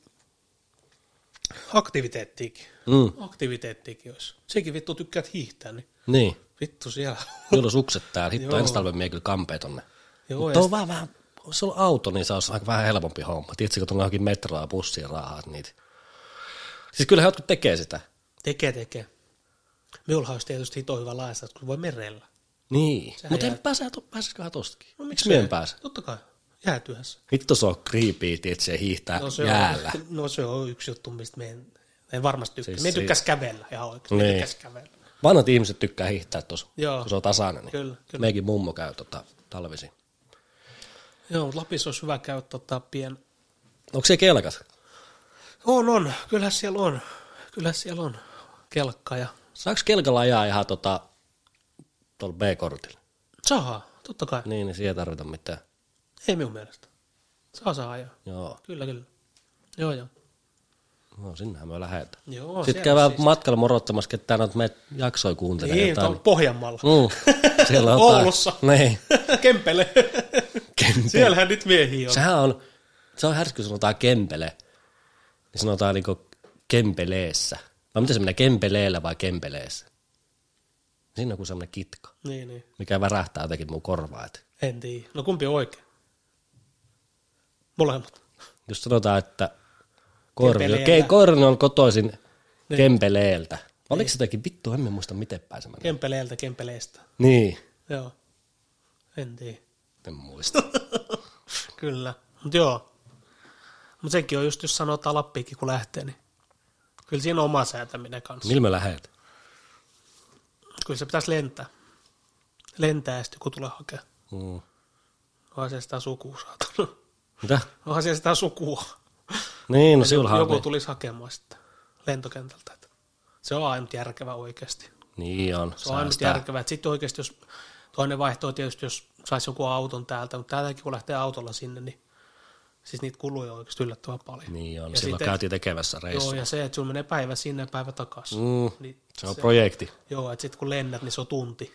aktiviteettiikin olisi. Sekin vittu tykkäät hiihtää, niin vittu siellä. Kyllä on sukset täällä, hitto ensi talven mie kyllä kampee tonne. Mutta on vähän, jos on auto, niin se olisi vähän helpompi homma. Tiedätkö, kun tuonne johonkin metroa ja bussiin raahaat niitä. Siis kyllähän jotkut tekee sitä. Tekee. Minulla olisi tietysti hito hyvä laista, kun voi merellä. Niin, mutta pääsisikö tostakin? No, miksi minä en pääse? Totta kai, jäätyössä. Vittu se on creepy, että se hiihtää jäällä. Se on yksi juttu, mistä me en varmasti tykkää. Siis, me tykkäisi kävellä ihan oikeasti. Niin. Vanhat ihmiset tykkää hiihtää tuossa, kun se on tasainen. Niin kyllä. Meikin mummo käy talvisin. Joo, mutta Lapissa olisi hyvä käydä Onko siellä kelkat? On. Kyllähän siellä on kelkka. Ja saako kelkalla ajaa ihan tuolla B-kortilla? Saa, totta kai. Niin siihen ei tarvita mitään. Ei minun mielestä. Saa ajaa. Joo. Kyllä. Joo. No sinnehän me lähdetään. Joo, sitten käydään matkalla morottamassa, että täällä meitä jaksoi kuuntelemaan niin, jotain. Niin, Pohjanmaalla. Siellä on Oulussa. Niin. Kempele. Siellähän nyt miehiä on. Se on härsky, sanotaan kempele. Niin sanotaan niinku kempeleessä. Vai miten se menee, kempeleellä vai kempeleessä? Siinä on kuin semmoinen kitka. Niin. Mikä värähtää jotenkin mun korvaa. En tiedä. No kumpi on oikein? Molemmat. Jos sanotaan, että Korni on kotoisin Kempeleeltä. Oliko se jotenkin vittu, en muista miten pääsemään. Kempeleestä. Niin. Joo. En tiedä. En muista. Kyllä. Mutta joo. Mutta sekin on just, jos sanotaan Lappiikin kun lähtee, niin kyllä siinä on oma säätäminen kanssa. Millä me lähet? Kyllä se pitäisi lentää. Lentää ja sitten joku tulee hakemaan. Onhan siellä sitä sukua saatana. Mitä? Onhan siellä sitä sukua. Niin, no siulhaan. Joku tulisi hakemaan sitten lentokentältä. Se on ainut järkevä oikeasti. Niin on. Se on ainut järkevä. Sitten oikeasti, jos toinen vaihtoehto tietysti, jos saisi joku auton täältä, mutta täältäkin kun lähtee autolla sinne, niin siis niitä kuluja on oikeasti yllättävän paljon. Niin on, silloin käytiin tekevässä reissuja. Joo, ja se, että sulla menee päivä sinne ja päivä takaisin. Niin se on projekti. Joo, että sitten kun lennät, niin se on tunti.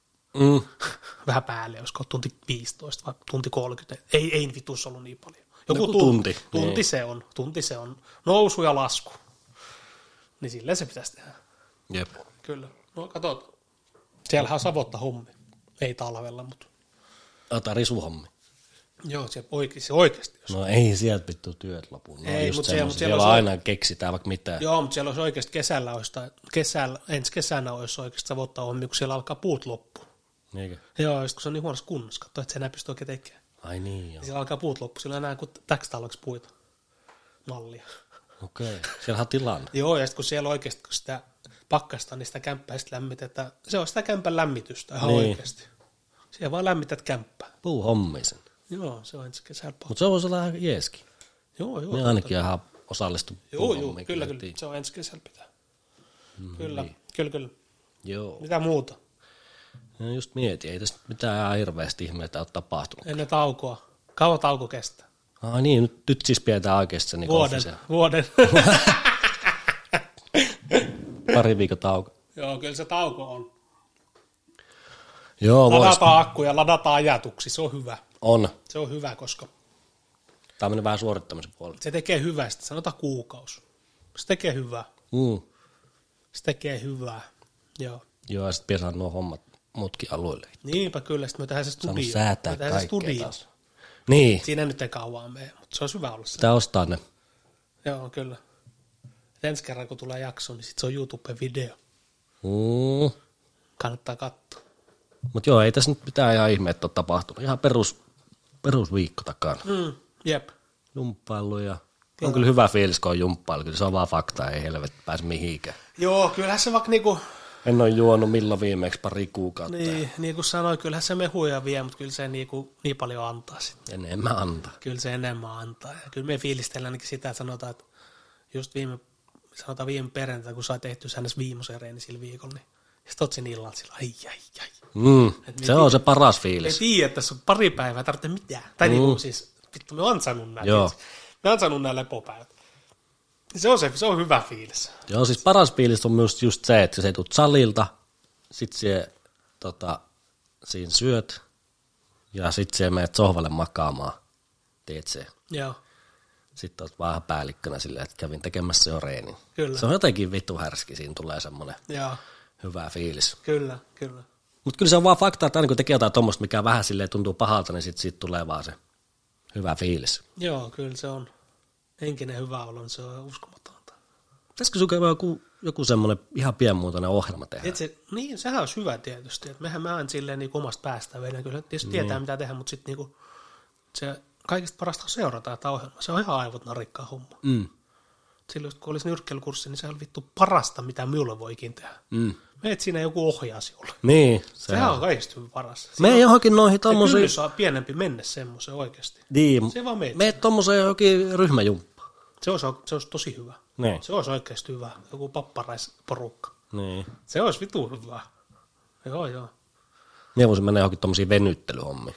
Vähän päälle, olisiko tunti 15 vai tunti 30. Ei vitussa ollut niin paljon. Joku tunti. Tunti se on. Nousu ja lasku. Niin silleen se pitäisi tehdä. Jep. Kyllä. No katsotaan. Siellähän on savotta hommi. Ei talvella, mutta. Ota risuhommi. Joo, se oikeasti. No ei sieltä vittu työt lopu. No ei, mutta siellä aina keksitään vaikka mitään. Joo, mutta siellä olisi oikeasti ensi kesänä olisi oikeasti savotta hommi, kun siellä alkaa puut loppuun. Eikö? Joo, just kun se on niin huonossa kunnossa. Katso, että se enää pystyy oikein tekemään. Ai niin, joo. Siellä alkaa puut loppu, sillä enää kuin täksitaloiksi puita mallia. Okei, siellähän on tilanne. Joo, ja sitten kun siellä oikeasti, kun sitä pakkasta, niin sitä kämppää sitten lämmitetään. Se on sitä kämpän lämmitystä ihan oikeasti. Siellä vaan lämmität kämppää. Puuhommisen. Joo, se on ensi kesällä paha. Mutta se voisi olla ihan jeeskin. Joo. Me ainakin ihan osallistu Joo, kyllä. Se on ensi kesällä pitää. Kyllä. Joo. Mitä muuta? No just mietin, ei tässä mitään hirveästi ihmeitä ole tapahtunut. Ennen taukoa. Kauan tauko kestää? Niin, nyt siis pidetään oikeasti se niin vuoden. Pari viikon tauko. Joo, kyllä se tauko on. Joo, ladataan akkuja, ladataan ajatuksia, se on hyvä. On. Se on hyvä, koska tämä menee vähän suorittamisen puolelle. Se tekee hyvää, sitten sanotaan kuukausi. Se tekee hyvää. Se tekee hyvää, joo. Joo, ja sitten pitäisi nuo hommat muutkin alueelle. Niinpä kyllä, sitten me tehdään se studio. Saanut säätää kaikkea taas. Niin. Siinä nyt ei kauan mene, mutta se olisi hyvä olla se. Pitää ostaa ne. Joo, kyllä. Ensi kerran, kun tulee jakso, niin sitten se on YouTube-video. Kannattaa katsoa. Mutta joo, ei tässä nyt mitään ihan ihmeettä ole tapahtunut. Ihan perusviikko takana. Jep. Jumppailu ja on kyllä hyvä fiilis, kun on jumppailu. Kyllä se on vaan fakta, ei helvetti pääse mihinkään. Joo, kyllähän se vaikka niinku. En ole juonut milloin viimeksi pari kuukautta. Niin kuin sanoin, kyllähän se mehuja vie, mutta kyllä se niin paljon antaa sitten. Enemmän antaa. Kyllä se enemmän antaa. Ja kyllä me fiilistellään ainakin sitä, että sanotaan, että just sanotaan viime perjantaina, kun sai tehty hänestä viimeisen reeni sillä viikolla, niin sitten oot sen illalla sillä, ai. Se on se paras fiilis. Ei tiedä, että tässä on pari päivää, ei tarvitse mitään. Tai niinku siis, vittu, me on ansainnut näin. Joo. Me on ansainnut nämä lepopäivät. Se on hyvä fiilis. Joo, siis paras fiilis on myös just se, että sä tulet salilta, sit sä siinä syöt, ja sit sä menet sohvalle makaamaan, teet se. Joo. Sitten oot vähän päällikkönä silleen, että kävin tekemässä jo reenin. Kyllä. Se on jotenkin vittu härski, siinä tulee semmoinen Joo. hyvä fiilis. Kyllä. Mutta kyllä se on vaan fakta, että aina kun tekee jotain tuommoista, mikä vähän silleen tuntuu pahalta, niin siitä tulee vaan se hyvä fiilis. Joo, kyllä se on. Henkinen hyvä olo, niin se on uskomatonta. Pitäisikö sun käydä joku semmoinen ihan pienmuotoinen ohjelma tehdä? Niin, sehän olisi hyvä tietysti. Että mehän mä aina silleen niin omasta päästä vedän. Kyllä tietysti tietää, mitä tehdä, mutta sitten niin se kaikista parasta on seurata tätä ohjelmaa. Se on ihan aivot narikkaa homma. Silloin, kun olisi nyrkkeilykurssi, niin se on vittu parasta, mitä minulle voikin tehdä. Meet siinä joku ohjaa sinulle. Niin. Sehän on kaikista hyvin paras. Me johonkin noihin tommosiin. Se kynnys on pienempi mennä semmoisen oikeasti. Niin. Se vaan meet. Meet tommoseen johonkin ryhmäjumppaan. Se olisi tosi hyvä. Niin. Se olisi oikeasti hyvä. Joku papparaisporukka. Niin. Se olisi vitu hyvä. Joo. Minä voisin mennä johonkin tommosiin venyttelyhommiin.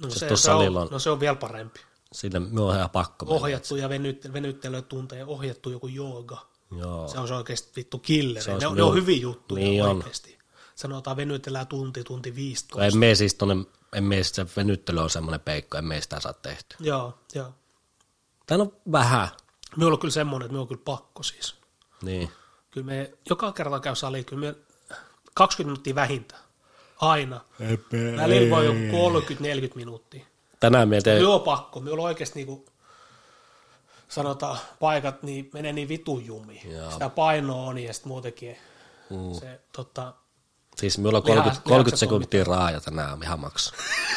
Se on vielä parempi. Sille minun on ihan pakko mennä. Ohjattuja venyttelytunteja, ohjattu joku jooga. Joo. Se on oikeasti vittu killeri. Ne on hyviä juttuja niin oikeasti. Sanotaan venytellään tunti 15. En mene se venyttely on semmoinen peikko, en mene sitä saa tehtyä. Joo. Tai no vähän. Minulla on kyllä semmoinen, että minulla on kyllä pakko siis. Niin. Kyllä me joka kerta käy saliin, kyllä me 20 minuuttia vähintään. Aina. Välillä voi joku 30-40 minuuttia. Tänään me tein. Minulla on pakko. Minulla on oikeasti niinku, sanotaan paikat, niin menee niin vitun jumiin. Sitä painoa on ja sitten muutenkin se Siis minulla on 30 sekuntia raaja tänään ihan maksaa.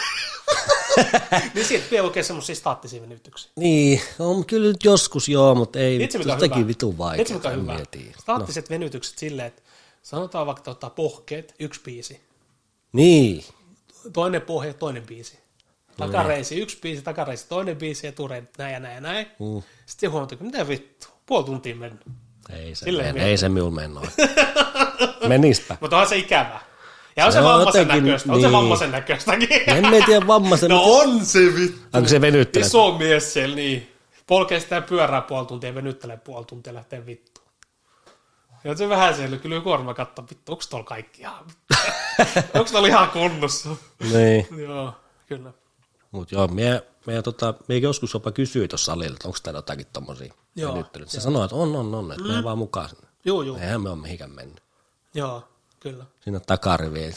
Niin siitä vie oikein semmoisia staattisia venytyksiä. Niin, on kyllä nyt joskus joo, mutta ei jotenkin vitun vaikea. Itse mikä on hyvä. Staattiset venytykset silleen, että sanotaan vaikka pohkeet, yksi biisi. Niin. Toinen pohje, toinen biisi. Takareisi, yksi biisi, takareisi, toinen biisi ja tureen, näin ja näin ja näin. Sitten huomataan, että mitä vittu, puoli tuntia mennyt. Ei se minulla mennä. Menispä. Mutta onhan se ikävä. Ja on se vammaisen näköistä. On se vammaisen näköistäkin. En tiedä vammaisen. No on se vittu. Onko se venyttelee? Iso mies siellä, niin. Polkee sitä pyörää puoli tuntia ja venyttelee puoli tuntia ja lähtee vittuun. Ja se vähän siellä kyllä kuorma katsoo, vittu, onko tuolla kaikki ihan vittu? Onko tuolla ihan kunnossa? Niin. Joo, kyllä. Mutta joo, mie joskus jopa kysyin tuossa salilla, että onko täällä jotakin tommosia venyttelyitä. Se sanoi, että on, että mene vaan mukaan sinne. Joo. Eihän me ole mihinkään mennyt. Joo, kyllä. Siinä takariviin.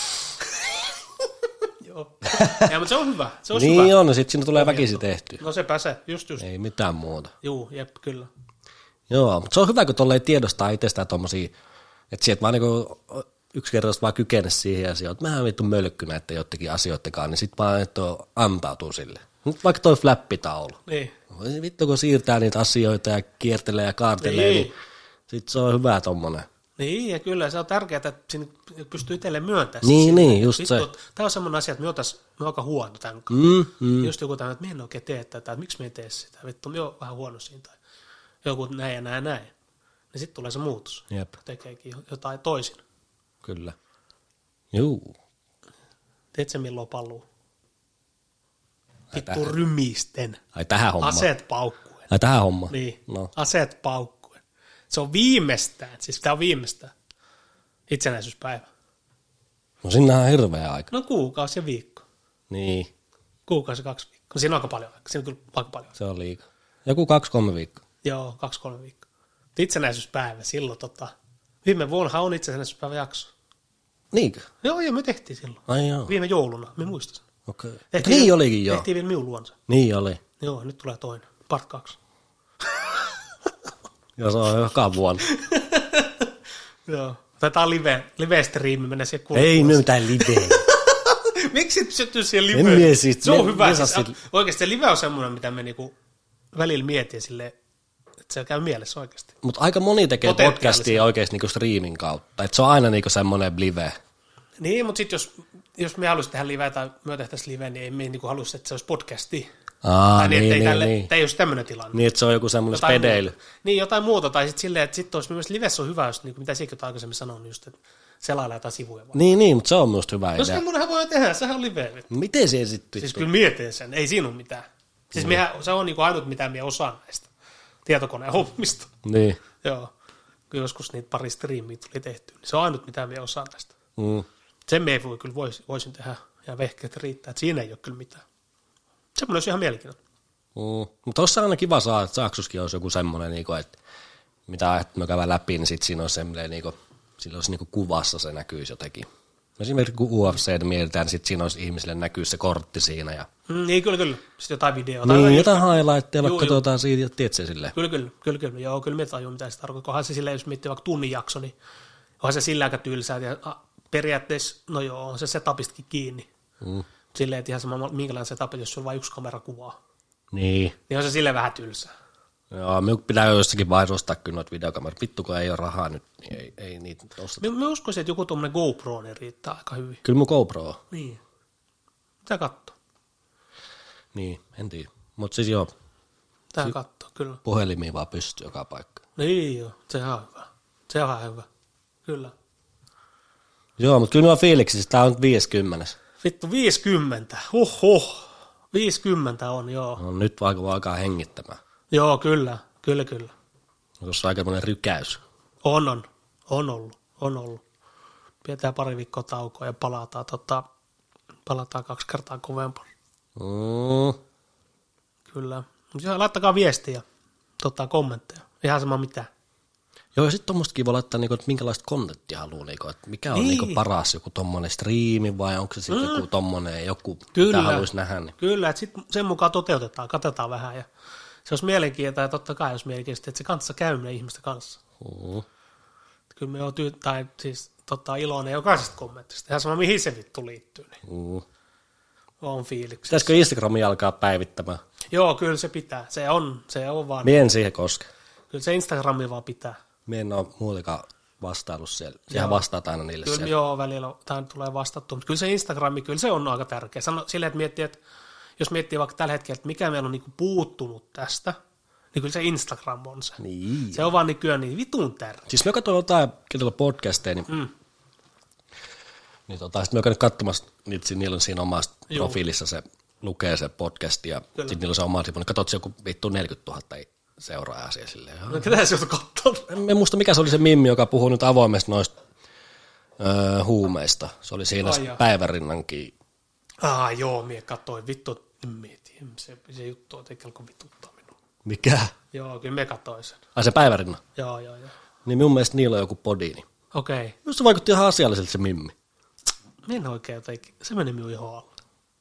Joo. Ja, mutta se on hyvä. Se on niin hyvä. on, sitten siinä tulee väkisin tehtyä. No sepä se, just. Ei mitään muuta. Joo, jep, kyllä. Joo, mutta se on hyvä, kun tolleen tiedostaa itsestään tommosia, että sieltä vaan niinku yksinkertaisesti vaan kykene siihen ja sijoit, mähän vittu mölkky näiden jotenkin asioittekaan, niin sitten vaan että antautuu sille. Nyt vaikka toi flappitaulu. Niin. Vittu, kun siirtää niitä asioita ja kiertelee ja kaartelee, niin sitten se on hyvä tommonen. Niin, ja kyllä se on tärkeää, että sinne pystyy itselleen myöntämään. Niin, just vittu, se. Tämä on semmoinen asia, että me ollaan aika huono tämän kanssa. Just joku tämmöinen, että minä en oikein tee tätä, että miksi me ei tee sitä. Vittu, me on vähän huono siinä tai joku näin ja näin. Niin sitten tulee se muutos. Jep. Tekeekin jotain toisin. Kyllä. Juu. Tiedätkö milloin paluu? Vittu rymisten. Ai tähän hommaan. Aseet paukkuen. Ai tähän hommaan. Niin, no. Aseet paukkuen. Se on viimeistään, siis tämä on viimeistään itsenäisyyspäivä. No siinä on hirveä aika. No kuukausi ja viikko. Niin. Kuukausi ja 2 viikkoa. No siinä on aika paljon aikaa. Siinä on kyllä aika paljon aikaa. Se on liikaa. Joku 2-3 viikkoa. Joo, 2-3 viikkoa. Itsenäisyyspäivä silloin viime vuonnahan on itsenäisyyspäivä jakso. Niinkö? Joo, me tehtiin silloin. Ai joo. Viime jouluna, me muistan. Okei. Niin olikin joo. Tehtiin vielä minun luonsa. Niin oli. Joo, nyt tulee toinen. Part 2. Joo, se on joka vuonna. Joo. Otetaan live-striimi, mennä siihen kuulumaan. Ei mitään live. Miksi et syttyy siihen liveen? Se on hyvä. Oikeasti se live on semmoinen, mitä me niinku välillä mietin silleen, että se käy mielessä oikeasti. Mutta aika moni tekee podcastia oikeasti niinku striimin kautta. Että se on aina niinku semmoinen live. Niin, mutta sitten jos me haluaisimme tehdä liveä tai me tehtäisiin liveä, niin ei me niinku haluaisi, että se olisi podcasti. Tai niin, että ei olisi tämmöinen tilanne. Niin, että se on joku semmoinen spedeily. Niin, jotain muuta. Tai sitten silleen, että sitten olisi myös livessä on hyvä, just, niin kuin mitä Siikki aikaisemmin sanoi, niin just, että selailla jotain sivuja. Niin, mutta se on minusta hyvä idea. Semmoinenhan voi tehdä, sehän on live. Miten se sitten? Siis kyllä mietin sen, ei siinä ole mitään. Siis se on niin ainut, mitä minä osaan näistä tietokoneen hommista. Niin. Joo. Kun joskus niitä pari striimiä tuli tehty, niin se on ainut, mitä minä osaan näistä. Sen me ei voi kyllä voisin tehdä, ja vehkeet riittää, että siinä ei ole kyllä mitään. Semmoinen olisi ihan mielenkiintoinen. Mutta tuossa on aina kiva saada, että Saksuskin olisi joku semmoinen, että mitä me käydään läpi, niin sitten siinä olisi semmoinen, sillä olisi kuvassa se näkyisi jotenkin. Esimerkiksi kun UFC mietitään, niin sitten siinä olisi ihmisille näkyisi se kortti siinä. Ja... Niin, kyllä. Sitten jotain videota. Niin, jotain highlightteja, vaikka katsotaan siitä, ja tiedät se silleen. Kyllä. Joo, kyllä me tajun, mitä se tarkoittaa. Onhan se silleen, jos miettii vaikka tunnin jakso, niin onhan se sillä aika tylsää. Ja periaatteessa, no joo, on se setapistakin kiinni. Silleen, että ihan sama, minkälainen setup, jos sulla on vain yksi kamera kuvaa. Niin on se silleen vähän tylsää. Joo, minun pitää jossakin vaiheessa ostaa kyllä noita videokameroita. Vittu, kun ei ole rahaa nyt, niin ei niitä osteta. Mä uskoisin, että joku tuommoinen GoPro niin riittää aika hyvin. Kyllä mun GoPro on. Niin. Mitä kattoo? Niin, en tiedä. Mutta siis joo. Tää kattoo, kyllä. Puhelimiin vaan pystyy joka paikka. Niin joo, sehän on hyvä. Se on hyvä. Kyllä. Joo, mutta kyllä minua fiiliksissä, tää on nyt 50. Vittu, 50. 50 on, joo. No nyt vaikka voi alkaa hengittämään. Joo, kyllä. Tuossa on aikamoinen rykäys. On ollut. Pidetään pari viikkoa taukoa ja palataan 2 kertaa kovempaa. Kyllä. Mutta laittakaa viestiä, kommentteja. Ihan sama mitä. Joo, ja sitten tuommoistakin voi laittaa, että minkälaista kontenttia haluaa, että mikä on paras, joku tommonen striimi vai onko se sitten joku tommonen, mitä haluaisi nähdä. Niin. Kyllä, että sitten sen mukaan toteutetaan, katsotaan vähän ja se olisi mielenkiintoista ja totta kai olisi mielenkiintoista, että se kanssa käyminen ihmisten kanssa. Kyllä me on iloinen jokaisesta kommentista. Ihan sama, mihin se vittu liittyy. Niin. On fiiliksissä. Pitäisikö Instagramia alkaa päivittämään? Joo, kyllä se pitää. Se on vaan. Mie en siihen koske. Kyllä se Instagrami vaan pitää. Mie en ole muutenkaan vastaillut siellä. Sehän vastaat aina niille kyllä, siellä. Joo, välillä tämä tulee vastattua. Mutta kyllä se Instagrami, kyllä se on aika tärkeä. Silleen, että miettii, että jos miettii vaikka tällä hetkellä, että mikä meillä on niinku puuttunut tästä, niin kyllä se Instagram on se. Niin. Se on vaan niin vitun tärkeä. Siis me katsoin jotain podcasteja, niin sitten me käynyt katsomassa, niillä on siinä omassa profiilissa se lukee se podcast ja sitten niillä on se oma sivu, niin katsot se joku vittu 40 000 seuraajaa siellä silleen. No ketä se joutui katsomaan? En muista mikä se oli se mimmi, joka puhui nyt avoimesti noista huumeista. Se oli siinä Päivärinnankin. Joo, mie katsoin, vittu, mietin, se juttu on tekelko vituttaa minua. Mikä? Joo, kyllä me katsoin sen. Ai se Päivärinnan? Joo. Niin mun mielestä niillä on joku podi. Niin. Okei. Minusta se vaikutti ihan asialliselta se mimmi. En oikein jotenkin, se meni minun ihan alle.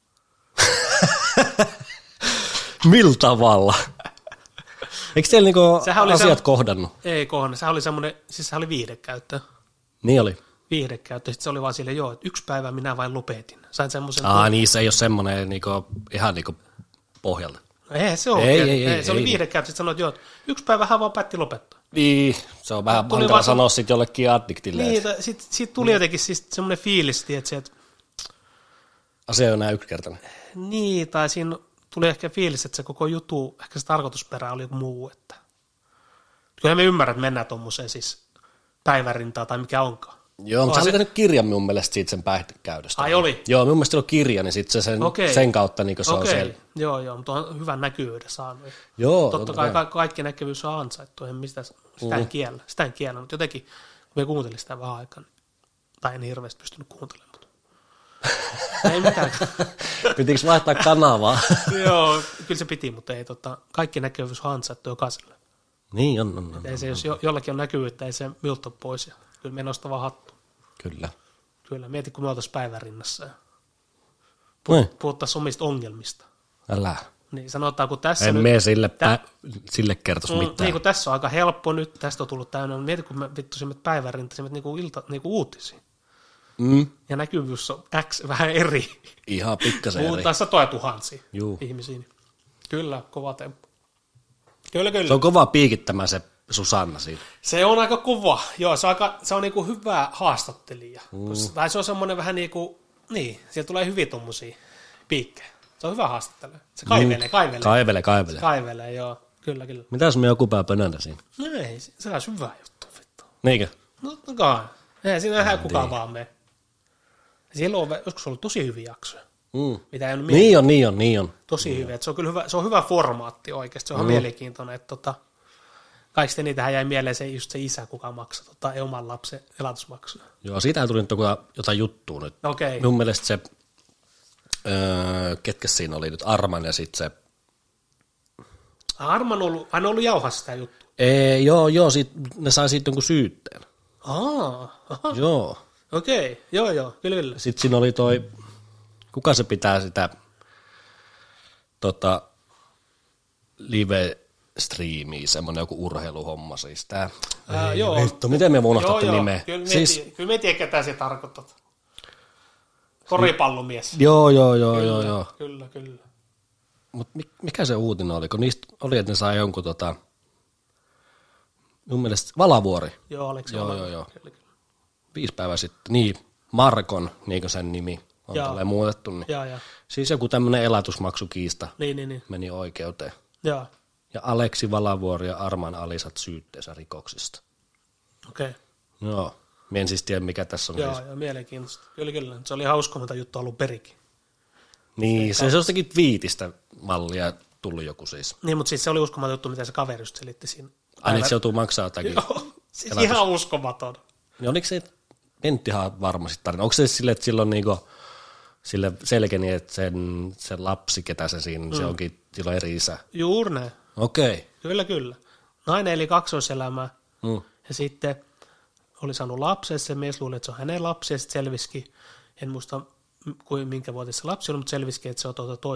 Millä tavalla? Eikö teillä niinku asiat kohdannut? Ei kohdannut, sehän oli semmoinen, siis sehän oli viihdekäyttö. Niin oli. Viihdekäyttö, sitten se oli vaan silleen, joo, että 1 päivä minä vain lopetin. Sain semmoisen... Niin se ei ole semmoinen ihan pohjalta. Ei se ole. Ei, se oli viihdekäyttö, sitten sanoit, että joo, 1 päivä hän vaan päätti lopettaa. Niin, se on vähän hankala sanoa sitten jollekin addiktille. Niin, siitä tuli jotenkin siis semmoinen fiilis, että asia on näin yksinkertainen. Niin, tai siinä tuli ehkä fiilis, että se koko juttu, ehkä se tarkoitusperä oli joku muu. Että... Kyllä me ymmärrät, että mennään tuommoiseen siis päivärintaa tai mikä onkaan. Joo, mutta sä olit kirjan minun mielestä siitä sen päihdekäytöstä. Ai oli? Joo, minun mielestä se on kirja, niin sitten sen kautta niin se on siellä. Joo, mutta on hyvän näkyvyyden saanut. Joo. Totta kai kaikki näkyvyys on ansaittu, sitä en kiellä, mutta jotenkin kun me kuuntelin sitä vähän aikaa, tai en hirveästi pystynyt kuuntelemaan. Ei mitään. Pitikö vaihtaa kanavaa? Joo, kyllä se piti, mutta ei kaikki näkyvyys on ansaittu jokaiselle. Niin on. Ei se, jos jollakin on näkyvyyttä, ei se miltä pois. Ja kyllä me nostaa vaan hattu. Kyllä, mieti kun me oltaisiin päivärinnassa ja puhuttaisiin omista ongelmista. Älä. Niin sanotaan, kun tässä en nyt... mene sille kertoisi mitään. Niin kun tässä on aika helppo nyt, tästä on tullut täynnä. Mieti kun me vittuisimme päivärintaisimme niinku uutisia. Ja näkyvyys on vähän eri. Ihan pikkasen eri. Puhutaan 100 000 ihmisiä. Kyllä, kova temppu. Kyllä. Se on kova piikittämään se Susanna siinä. Se on aika kova. Joo, se on niinku hyvä haastattelija. Tai se on semmoinen vähän niinku, niin, siellä tulee hyvin tommosia piikkejä. Se on hyvä haastattelu. Se kaivelee. Kaivelee, joo. Kyllä. Mitäs me joku pää pönöntä siinä? No ei, se on hyvä juttu, vittu. Niinkö? No kai. Eihän siinä nähdä kukaan vaan mene. Siellä on joskus ollut tosi hyviä jaksoja. Mitä ei ole Niin on. Tosi hyviä. Se on kyllä hyvä, se on hyvä formaatti oikeasti. Se on mielenkiintoinen, että kaikista niitähän jäi mieleen just se isä, kuka maksaa ei oman lapsen elatusmaksuja. Joo, siitä tuli nyt jotain juttua nyt. Okei. Mun mielestä se, ketkä siinä oli nyt, Arman ja sitten se... Arman on ollut jauhassa sitä juttua. Joo, ne sai siitä jonkun syytteen. Aha. Joo. Okei, joo, kyllä. Sitten siinä oli kuka se pitää sitä live-striimiä, semmoinen joku urheiluhomma siis tää. Joo. Vittu, miten me unohtatte nimeä? Kyllä me tiedä, ketä se tarkoittaa. Koripallomies. Joo. Kyllä. Mutta mikä se uutinen oli? Kun niistä oli, että ne sai jonkun mun mielestä Valavuori. Joo, oliko se Joo. Kyllä. 5 päivää sitten. Niin, Markon, niinkö sen nimi on tälleen muutettu. Niin. Ja. Siis joku tämmöinen elatusmaksukiista niin. meni oikeuteen. Ja Aleksi Valavuori ja Arman Alisat syytteessä rikoksista. Okei. Joo. Mie en siis tiedä, mikä tässä on. Joo, mielenkiintoista. Kyllä. Se oli hauskomatta juttu ollut perikin. Niin, se on jostakin twiitistä mallia tullut joku siis. Niin, mutta siis se oli uskomaton juttu, mitä se kaveri just selitti siinä. Ai, se joutuu maksaa jotakin. Joo, siis ihan uskomaton. Niin oliko se, Penttihan varmasti tarina. Onko se sille, että silloin niinku, sille selkeni, että se lapsi, ketä se siinä, se onkin, sillä on eri isä? Juuri näin. Okei. Kyllä. Nainen eli kaksoiselämää ja sitten oli saanut lapsen, se mies luuli, että se on hänen lapsi ja sitten selvisikin, en muista minkä vuotias se lapsi oli, mutta selvisikin, että se on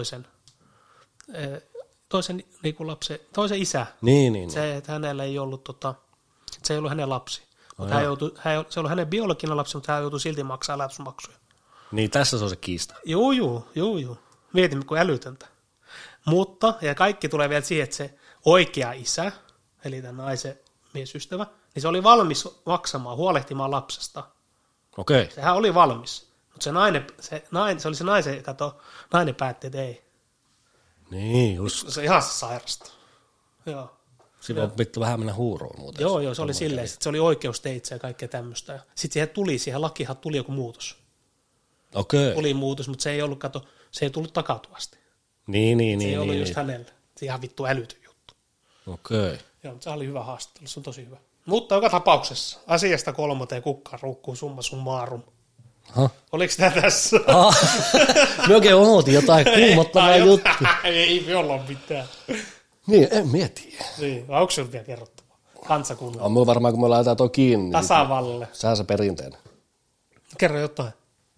toisen isä. Niin. Se, että hänellä ei ollut, se ei ollut hänen lapsi. Mutta se oli hänen biologinen lapsi, mutta hän joutui silti maksaa elatusmaksuja. Niin, tässä se on se kiista. Joo. Mietimme, kuin älytöntä. Mutta, ja kaikki tulee vielä siihen, että se oikea isä, eli tämän naisen miesystävä, niin se oli valmis maksamaan, huolehtimaan lapsesta. Okei. Sehän oli valmis. Mutta se oli se naisen, nainen päätti, että ei. Niin, just. Se ihan sairasta. Joo. Siinä on vittu vähän mennä huuroon muuten. Joo, se oli silleen. Sitten se oli oikeusteitse ja kaikkea tämmöistä. Sitten siihen lakihan tuli joku muutos. Okei. Tuli muutos, mutta se ei ollut, se ei tullut takautuvasti. Niin. Se ei ollut just hänellä. Se ihan vittu älytön juttu. Okei. Joo, mutta se oli hyvä haastattelu, se on tosi hyvä. Mutta joka tapauksessa, asiasta 3 kukkaan ruukkuu summa summarum. Oliko tämä tässä? Me oikein odotin jotain kuumottavaa juttua. Ei olla mitään. Niin, en mieti. Niin, onko sinulla vielä kerrottavaa? Kansakunnalle. On mulla varmaan, kun me laitetaan tuo kiinni. Tasavalle. Sehän se perinteinen. Kerro jotain.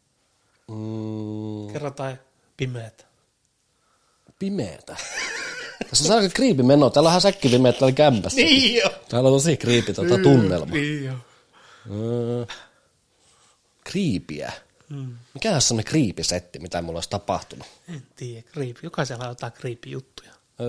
Kerro jotain pimeätä. Pimeätä? Tässä on aika kriipi meno. Täällä on ihan säkkipimeät täällä kämpässä. Niin jo. Täällä on tosi kriipi tunnelma. Niin jo. Kriipiä. Mikä on sellainen kriipisetti, mitä mulla olisi tapahtunut? En tiedä, kriipi. Jokaisella on jotain kriipijuttuja.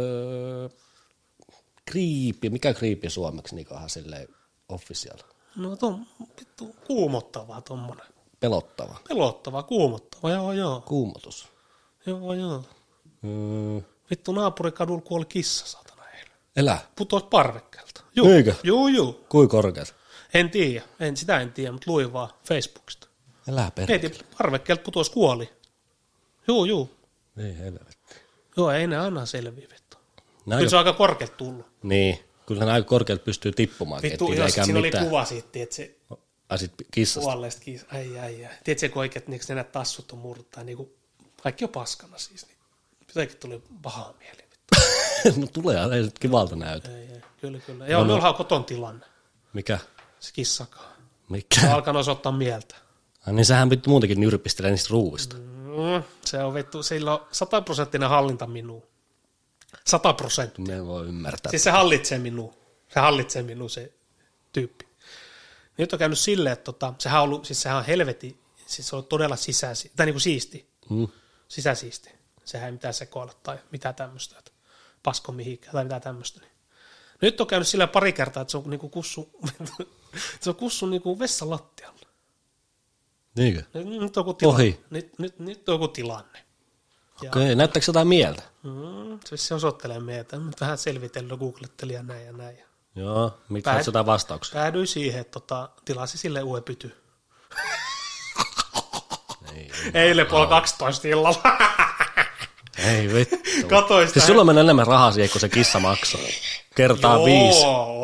Kriipi. Mikä kriipi suomeksi niinkohan silleen official? No vittu kuumottavaa tommonen. Pelottava. Kuumottava, joo. Kuumotus. Joo. Vittu naapurikadulla kuoli kissa, saatana eilen. Elä? Putosi parvekkeelta. Eikö? Joo. Kuinka korkeat? En tiedä, en tiedä, mutta luin vaan Facebookista. Elä perkele. Mietin, parvekkeelta putosi kuoli. Joo. Ei helvetti. Joo, ei ne aina selviä, vittu. Kyllä se on aika korkealta tullut. Niin, kyllä ne aika korkealta pystyy tippumaan. Vittu, jos siinä oli kuva siitä, että se kissasta. Kuolleesta kissasta. Ai. Tiedätkö, kun oikein, että ne tassut on murtaa, niin kuin, kaikki on paskana siis. Niin. Jotenkin tuli pahaa mieli. No tulee, ei nyt kivalta näytä. Ei, kyllä. Joo, me ollaan koton tilanne. Mikä? Se kissakaan. Mikä? Se on alkanut osoittaa mieltä. Niin sähän vittu muutenkin nyrpistelee niistä ruuvista. Se on vittu, sillä on 100% hallinta minuun. 100%. Me voi ymmärtää. Siis se hallitsee minua se tyyppi. Nyt on käynyt silleen, että sehän on helvetin, siis se on todella siisti. Sisäsiisti. Sehän ei mitään sekoilla tai mitään tämmöistä, että pasko mihinkään tai mitään tämmöistä. Nyt on käynyt silleen pari kertaa, että se on niinku kussu niinku vessan lattialla. Niinkö? Nyt on joku tilanne. Nyt on joku tilanne. Okei, näyttääkö jotain mieltä? Se osoittelee mieltä. Nyt vähän selvitellyt, googlettelin ja näin. Joo, mitä olet jotain vastauksia? Päädyin siihen, että tilasi sille uuden pyty. Eilen 12 illalla. Ei vittu. Katoin sitä. Siis sulla menee enemmän rahaa siihen, kun se kissa maksaa. Kertaa 5.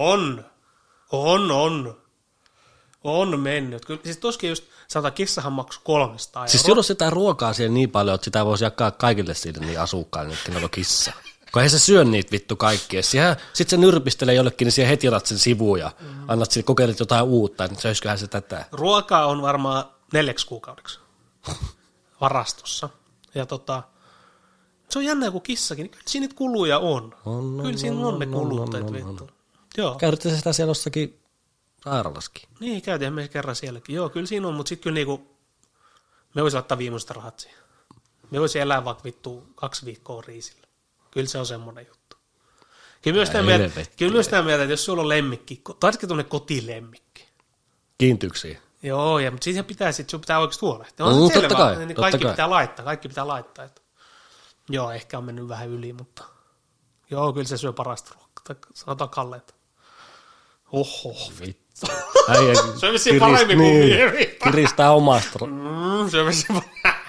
On mennyt. Kyllä, siis toskin just, sanotaan, kissahan maksoi 300 €. Siis jos sitä ruokaa siihen niin paljon, että sitä voisi jakaa kaikille siitä niin asukkaille, kenellä on kissa. Kun ei se syö niitä vittu kaikkia. Sitten se nyrpistelee jollekin, niin siihen heti otat sen sivuun ja annat sille kokeilet jotain uutta, että söisiköhän se tätä. Ruokaa on varmaan 4 kuukaudeksi varastossa. Ja se on jännä kuin kissakin, niin kyllä siinä niitä kuluja on. Kyllä siinä on ne kulutteet vittu. Joo. Käytätte sitä siellä jossakin sairaalassakin? Niin, käytiin me kerran sielläkin. Joo, kyllä siinä on, mutta sitten kyllä niinku, me voisi laittaa viimeiset rahat siihen. Me voisi elää vaikka vittu 2 viikkoa riisillä. Kyllä se on semmoinen juttu. Kyllä myös sitä mieltä, että jos sulla on lemmikki, taisikin tuonne kotilemmikki. Kiintyyksiä. Joo, mutta siihen sun pitää oikeasti huolehtia. On se selvä, kai, niin kaikki pitää laittaa. Että. Joo, ehkä on mennyt vähän yli, mutta joo, kyllä se syö parasta ruokaa. Sanotaan kalleita. Oho, vittu. Se on vissiin paremmin kuin miehi. Kiristää omasta. Se on vissiin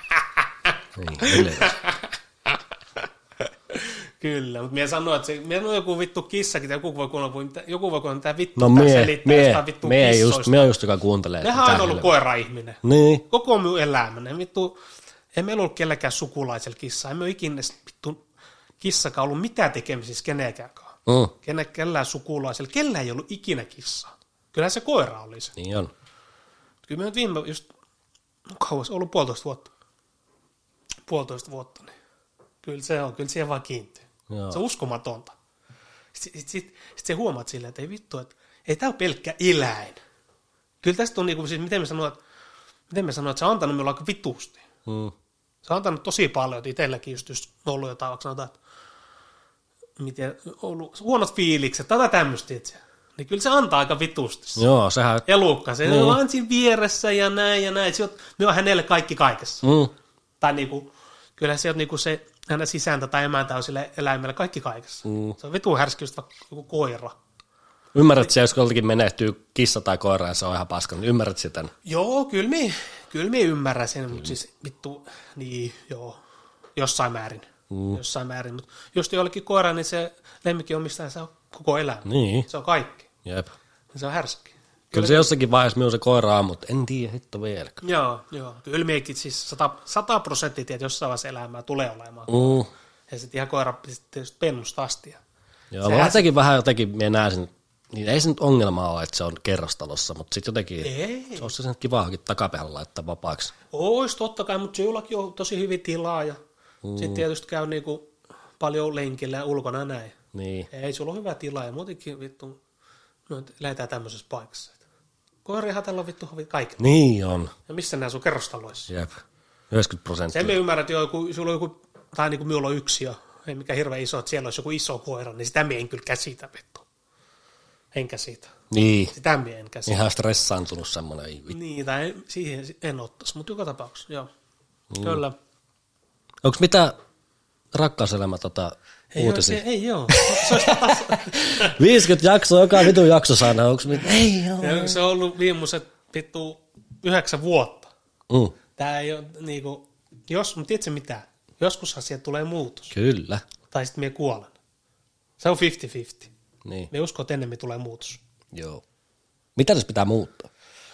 Kyllä, mutta minä sanoin, että minä on joku vittu kissakin, tai joku voi kuunnella mitä vittu selittää jostain vittu kissoista. Mie on just joka kuuntelee. Mehän on aina ollut koira-ihminen. Niin. Koko minun elämäni. Vittu, ei meillä ollut kellekään sukulaisella kissaa. Ei me ole ikinä vittu kissakaan ollut mitään tekemisissä kenenkään. Kellään sukulaisella. Kellään ei ollut ikinä kissaa. Kyllähän se koira oli se. Niin on. Kyllä me nyt viime just, kauas ollut 1,5 vuotta. 1,5 vuotta, niin kyllä se on. Kyllä siihen vaan kiintyy. Joo. Se on uskomatonta. Sitten se huomaat silleen, että ei vittu, että ei tämä ole pelkkä eläin. Kyllä tästä on niinku, siis miten me sanoin, että se on antanut minulle aika vitusti. Se on antanut tosi paljon, että itselläkin just ollut jotain, vaikka sanotaan, että miten ollut huonot fiilikset, tätä tämmöistä itse. Niin kyllä se antaa aika vitusti. Joo, sehän. Elukka, se on vaan siinä vieressä ja näin. Me on hänelle kaikki kaikessa. Tai niinku, kyllä se on niinku se, hänen sisäntä tai emäntä on sille eläimelle kaikki kaikessa. Se on vitu härski just vaikka joku koira. Ymmärrät sä, jos joltakin menehtyy kissa tai koira ja se on ihan paska, niin ymmärrät sitä? Joo, kyllä me ymmärrän sen, mutta siis vittu, niin joo, jossain määrin. Mutta just jollekin koira, niin se lemmikki omistaja, se on koko elämä. Niin. Se on kaikki. Jep. Se on härski. Kyllä se jossakin vaiheessa minun se koira on, mutta en tiedä hitto vielä. Joo. Kyllä mekin siis 100% että jossain vaiheessa elämää tulee olemaan. Ja sitten ihan koira tietysti pennusta asti. Joo, mä jotenkin vähän minä näen sen, niin ei se nyt ongelma ole, että se on kerrostalossa, mutta sitten jotenkin se olisi sen kivaakin takapihalla laittaa vapaaksi. Ois totta kai, mutta sinullakin on tosi hyvin tilaa ja sitten tietysti käy niinku paljon lenkillä ja ulkona näin. Niin. Ei, sulla on hyvä tila ja muutenkin vittu, lähdetään tämmöisessä paikassa. Koirihan tällä on vittu kaiken. Niin on. Ja missä nämä sun kerrostaloissa? Jep, 90%. Sen me ymmärrät jo, kun sulla on joku, tai niin kuin minulla on yksi jo, ei mikä hirveän iso, että siellä olisi joku iso koira, niin sitä me en kyllä käsitä vittu. En käsitä. Niin. Sitä me en käsitä. Ihan stressaantunut semmoinen. Niin, tai siihen en ottaisi, mutta joka tapauksessa, joo. Kyllä. Onko mitä rakkauselämä uutisia? Ei joo. Se olisi 50 jaksoa, joka vitun jakso sana. Onko mitä? Ei joo. Se on ollut viimeiset vittu 9 vuotta. Tää ei ole niinku, mutta tiedätkö mitä? Joskushan sieltä tulee muutos. Kyllä. Tai sitten mie kuolen. Se on 50-50. Niin. Me uskon, että ennemmin tulee muutos. Joo. Mitä tässä pitää muuttaa?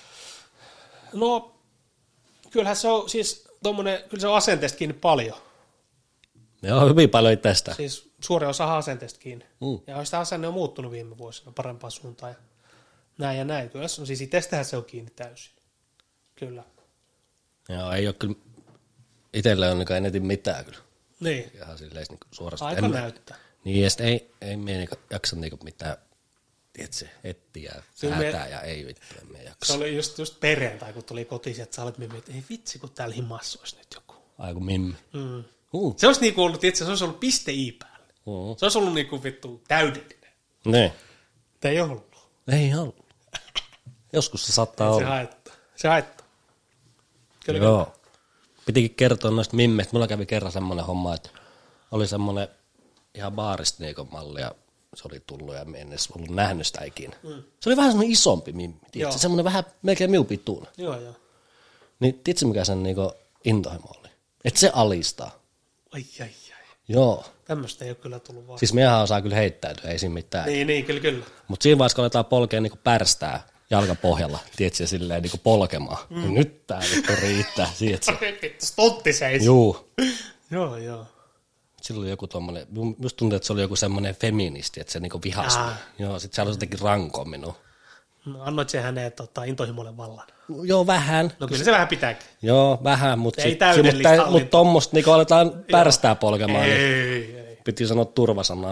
No, kyllähän se on siis tommonen, kyllä se on asenteesta kiinni paljon. Joo, hyvin paljon itsestä. Siis suurin osa asenteesta kiinni. Ja sitä asenne on muuttunut viime vuosina parempaan suuntaan. Ja näin. Kyllä siis itsestähän se on kiinni täysin. Kyllä. Joo, ei ole kyllä, itsellä on eniten mitään kyllä. Niin. Ihan silleen suorastaan. Aika näyttää. Niin, ja sitten ei mie jaksa mitään, tiedätkö, etsiä ja säätää ja ei vittu, en mie jaksa. Se oli just perjantai, kun tuli kotiin, että sä olet mimmi, että ei vitsi, kun täällä himassa olisi nyt joku. Ai kun mimmi. Se olisi niinku ollut, tiedätkö, se olisi ollut piste i päälle. Se olisi ollut niinku vittu täydellinen. Ne. Tämä ei ollut. Ei ollut. Joskus se saattaa olla. Se haittaa. Kyllä. Joo. pitikin kertoa noista mimmeistä. Mulla kävi kerran semmoinen homma, että oli semmoinen ihan baarista niinku malli ja se oli tullut ja en edes ollut nähnyt sitä ikinä. Se oli vähän semmoinen isompi mimmi, tiedätkö? Semmoinen vähän melkein minun pituinen. Joo. Niin tiedätkö mikä sen niinku intohimo oli? Että se alistaa. Ai. Joo. Tämmöistä ei ole kyllä tullut vaan. Siis miehän osaa kyllä heittäytyä, ei siinä mitään. Niin, kyllä. Mutta siinä vaiheessa, kun aletaan polkea niinku pärstää jalkapohjalla, tiedätkö, silleen niinku polkemaan, niin nyt tää vittu riittää, tiedätkö? Stontti seis. Juu. Joo. Silloin oli joku tommonen, just tuntuu, että se oli joku semmoinen feministi, että se niinku vihasi. Joo, sit se halusi jotenkin rankoa minua. No, annoit se hänen intohimolle vallan? Joo, vähän. No kyllä se vähän pitääkin. Joo, vähän, mutta Ei tommoista niinku aletaan pärstää polkemaan. Ei. Piti sanoa turvasanaa.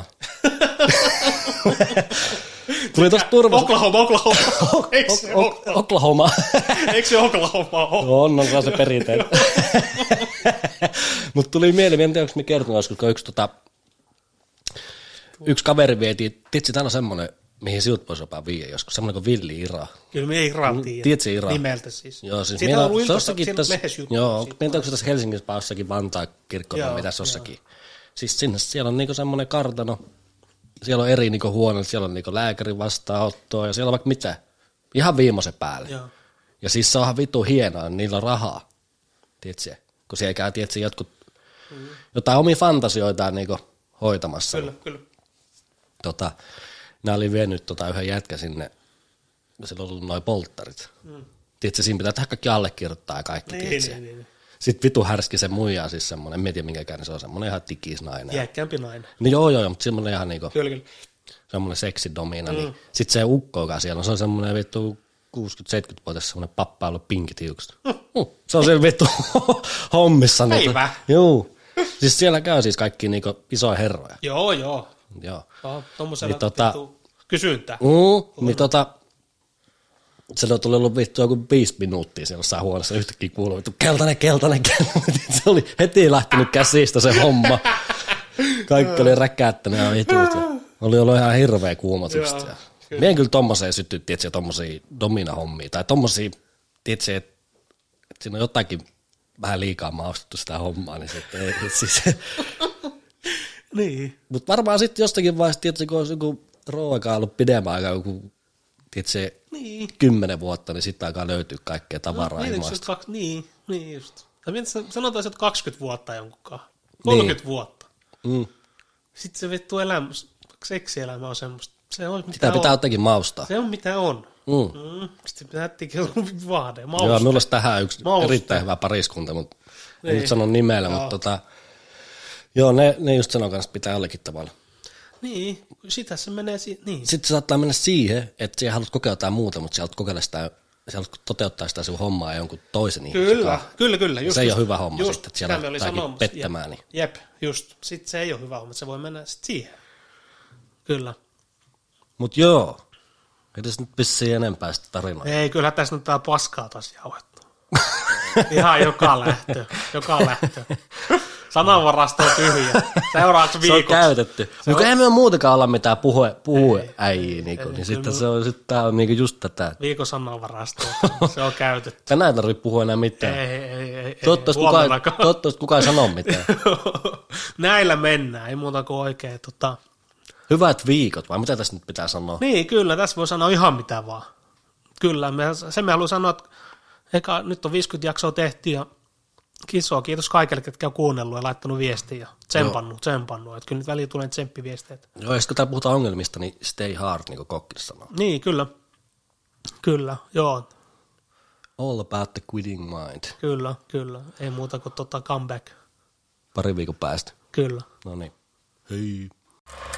Tuli tosta turvasanaa. Oklahoma. Eikö se Oklahoma. Eikö se Oklahoma ole? On se perinteinen. Mutta tuli mieleen, en tiedä, onko me kertonut, koska yksi kaveri vietiin, tiedätkö, täällä on semmoinen, mihin sinut voisi jopa viiä joskus, semmoinen kuin Villi Ira. Kyllä me Iraa tiedä. Tiedätkö Ira? Nimeltä siis. Joo, siis siitä on ollut iltasta lehdessä juttu. Joo, onko se tässä Helsingissä jossakin Vantaa kirkko vai mitäs jossakin. Siis sinne, siellä on niinku semmoinen kartano, siellä on eri niinku huoneet, siellä on niinku lääkärin vastaanottoa ja siellä on vaikka mitä. Ihan viimeisen päälle. Joo. Ja siis se onhan vittu hienoa, niillä on rahaa. Tiedätkö? Kun siellä käy, tiedätkö, jotkut jotain omia fantasioitaan niinku hoitamassa. Kyllä. Nämä oli vienyt yhden jätkä sinne, kun siellä on ollut noi polttarit. Tiedätkö, siinä pitää tehdä kaikki allekirjoittaa ja kaikki, tiedätkö? Niin. Sitten vitu härski se muija, siis semmoinen, en tiedä minkäkään se on, semmoinen ihan tikisnainen. Jääkkäämpi nainen. No joo, mutta semmoinen ihan niinku, Kyllä. semmoinen seksidomina. Niin. Sitten se ukko, joka siellä on, se on semmoinen vittu 60-70-vuotias semmoinen pappa, ollut pinkitiukset. Se on siellä vittu hommissa. Päivä. Joo. Siis siellä käy siis kaikki niinku isoja herroja. Joo. Tuommoisella kysyntää. Niin se tuli ollut vittu joku 5 minuuttia siellä jossain huoneessa, yhtäkkiä kuului vittu keltainen. Se oli heti lähtenyt käsistä se homma. Kaikki oli räkättänyt ja vitut. Oli ollut ihan hirveä kuumotusta. Mie en kyllä tommoseen sytty, tietsä, tommosia domina-hommia. Tai tommosia, tietsä, että siinä on jotakin vähän liikaa maustettu sitä hommaa, niin sitten siis. Niin. Mutta varmaan sitten jostakin vaiheessa, tietsä, kun olisi joku ruoka ollut pidemmän aikaa, joku, tietsä, 10 vuotta, niin sitten alkaa löytyä kaikkea tavaraa ilmaista. Niin just. Sanotaan, että 20 vuotta jonkunkaan. 30 vuotta. Sitten se vittu elämä, seksielämä on semmoista. Se on, sitä pitää jotenkin maustaa. Se on mitä on. Sitten pitää vaade. Joo, minulla olisi tähän yksi erittäin hyvä pariskunta, mutta en nyt sano nimellä, mutta joo, ne just sanoo kanssa, pitää jollekin tavalla. Niin, sitä se menee niin. Sitten se saattaa mennä siihen, että sinä haluat kokeilla jotain muuta, mutta sinä haluat kokeilla sitä, sinä haluat toteuttaa sitä sun hommaa jonkun toisen ihmisen kanssa. Kyllä. Just, se ei ole hyvä homma sitten, että siellä on pettämään. Niin. Jep, just. Sitten se ei ole hyvä homma, se voi mennä sitten siihen. Kyllä. Mut joo, ei tässä nyt vissiin enempää sitä tarinaa. Ei, kyllä tässä nyt tää paskaa taas jauhettu. Ihan joka lähtö. Sananvarasto on tyhjä. Seuraavaksi viikoksi. Se on käytetty. Mutta eihän me ole muutenkaan olla mitään puhuäjiä, niin sitten tää on niinku just tätä. Viikon sananvarasto, se on käytetty. Tänään ei tarvitse puhua enää mitään. Ei. Toivottavasti kukaan ei sano mitään. Näillä mennään, ei muuta kuin oikein. Hyvät viikot, vai mitä tässä nyt pitää sanoa? Niin, kyllä, tässä voi sanoa ihan mitä vaan. Kyllä, se me haluan sanoa, että nyt on 50 jaksoa tehty ja kiitos kaikille, ketkä on kuunnellut ja laittanut viestiä ja tsempannut. Että kyllä nyt väliin tulee tsemppiviestejä. Joo, ja kun täällä puhutaan ongelmista, niin stay hard, niin kuin Kokkis sanoo. Niin, kyllä, joo. All about the quitting mind. Kyllä, ei muuta kuin comeback. Pari viikon päästä. Kyllä. No niin. Hei.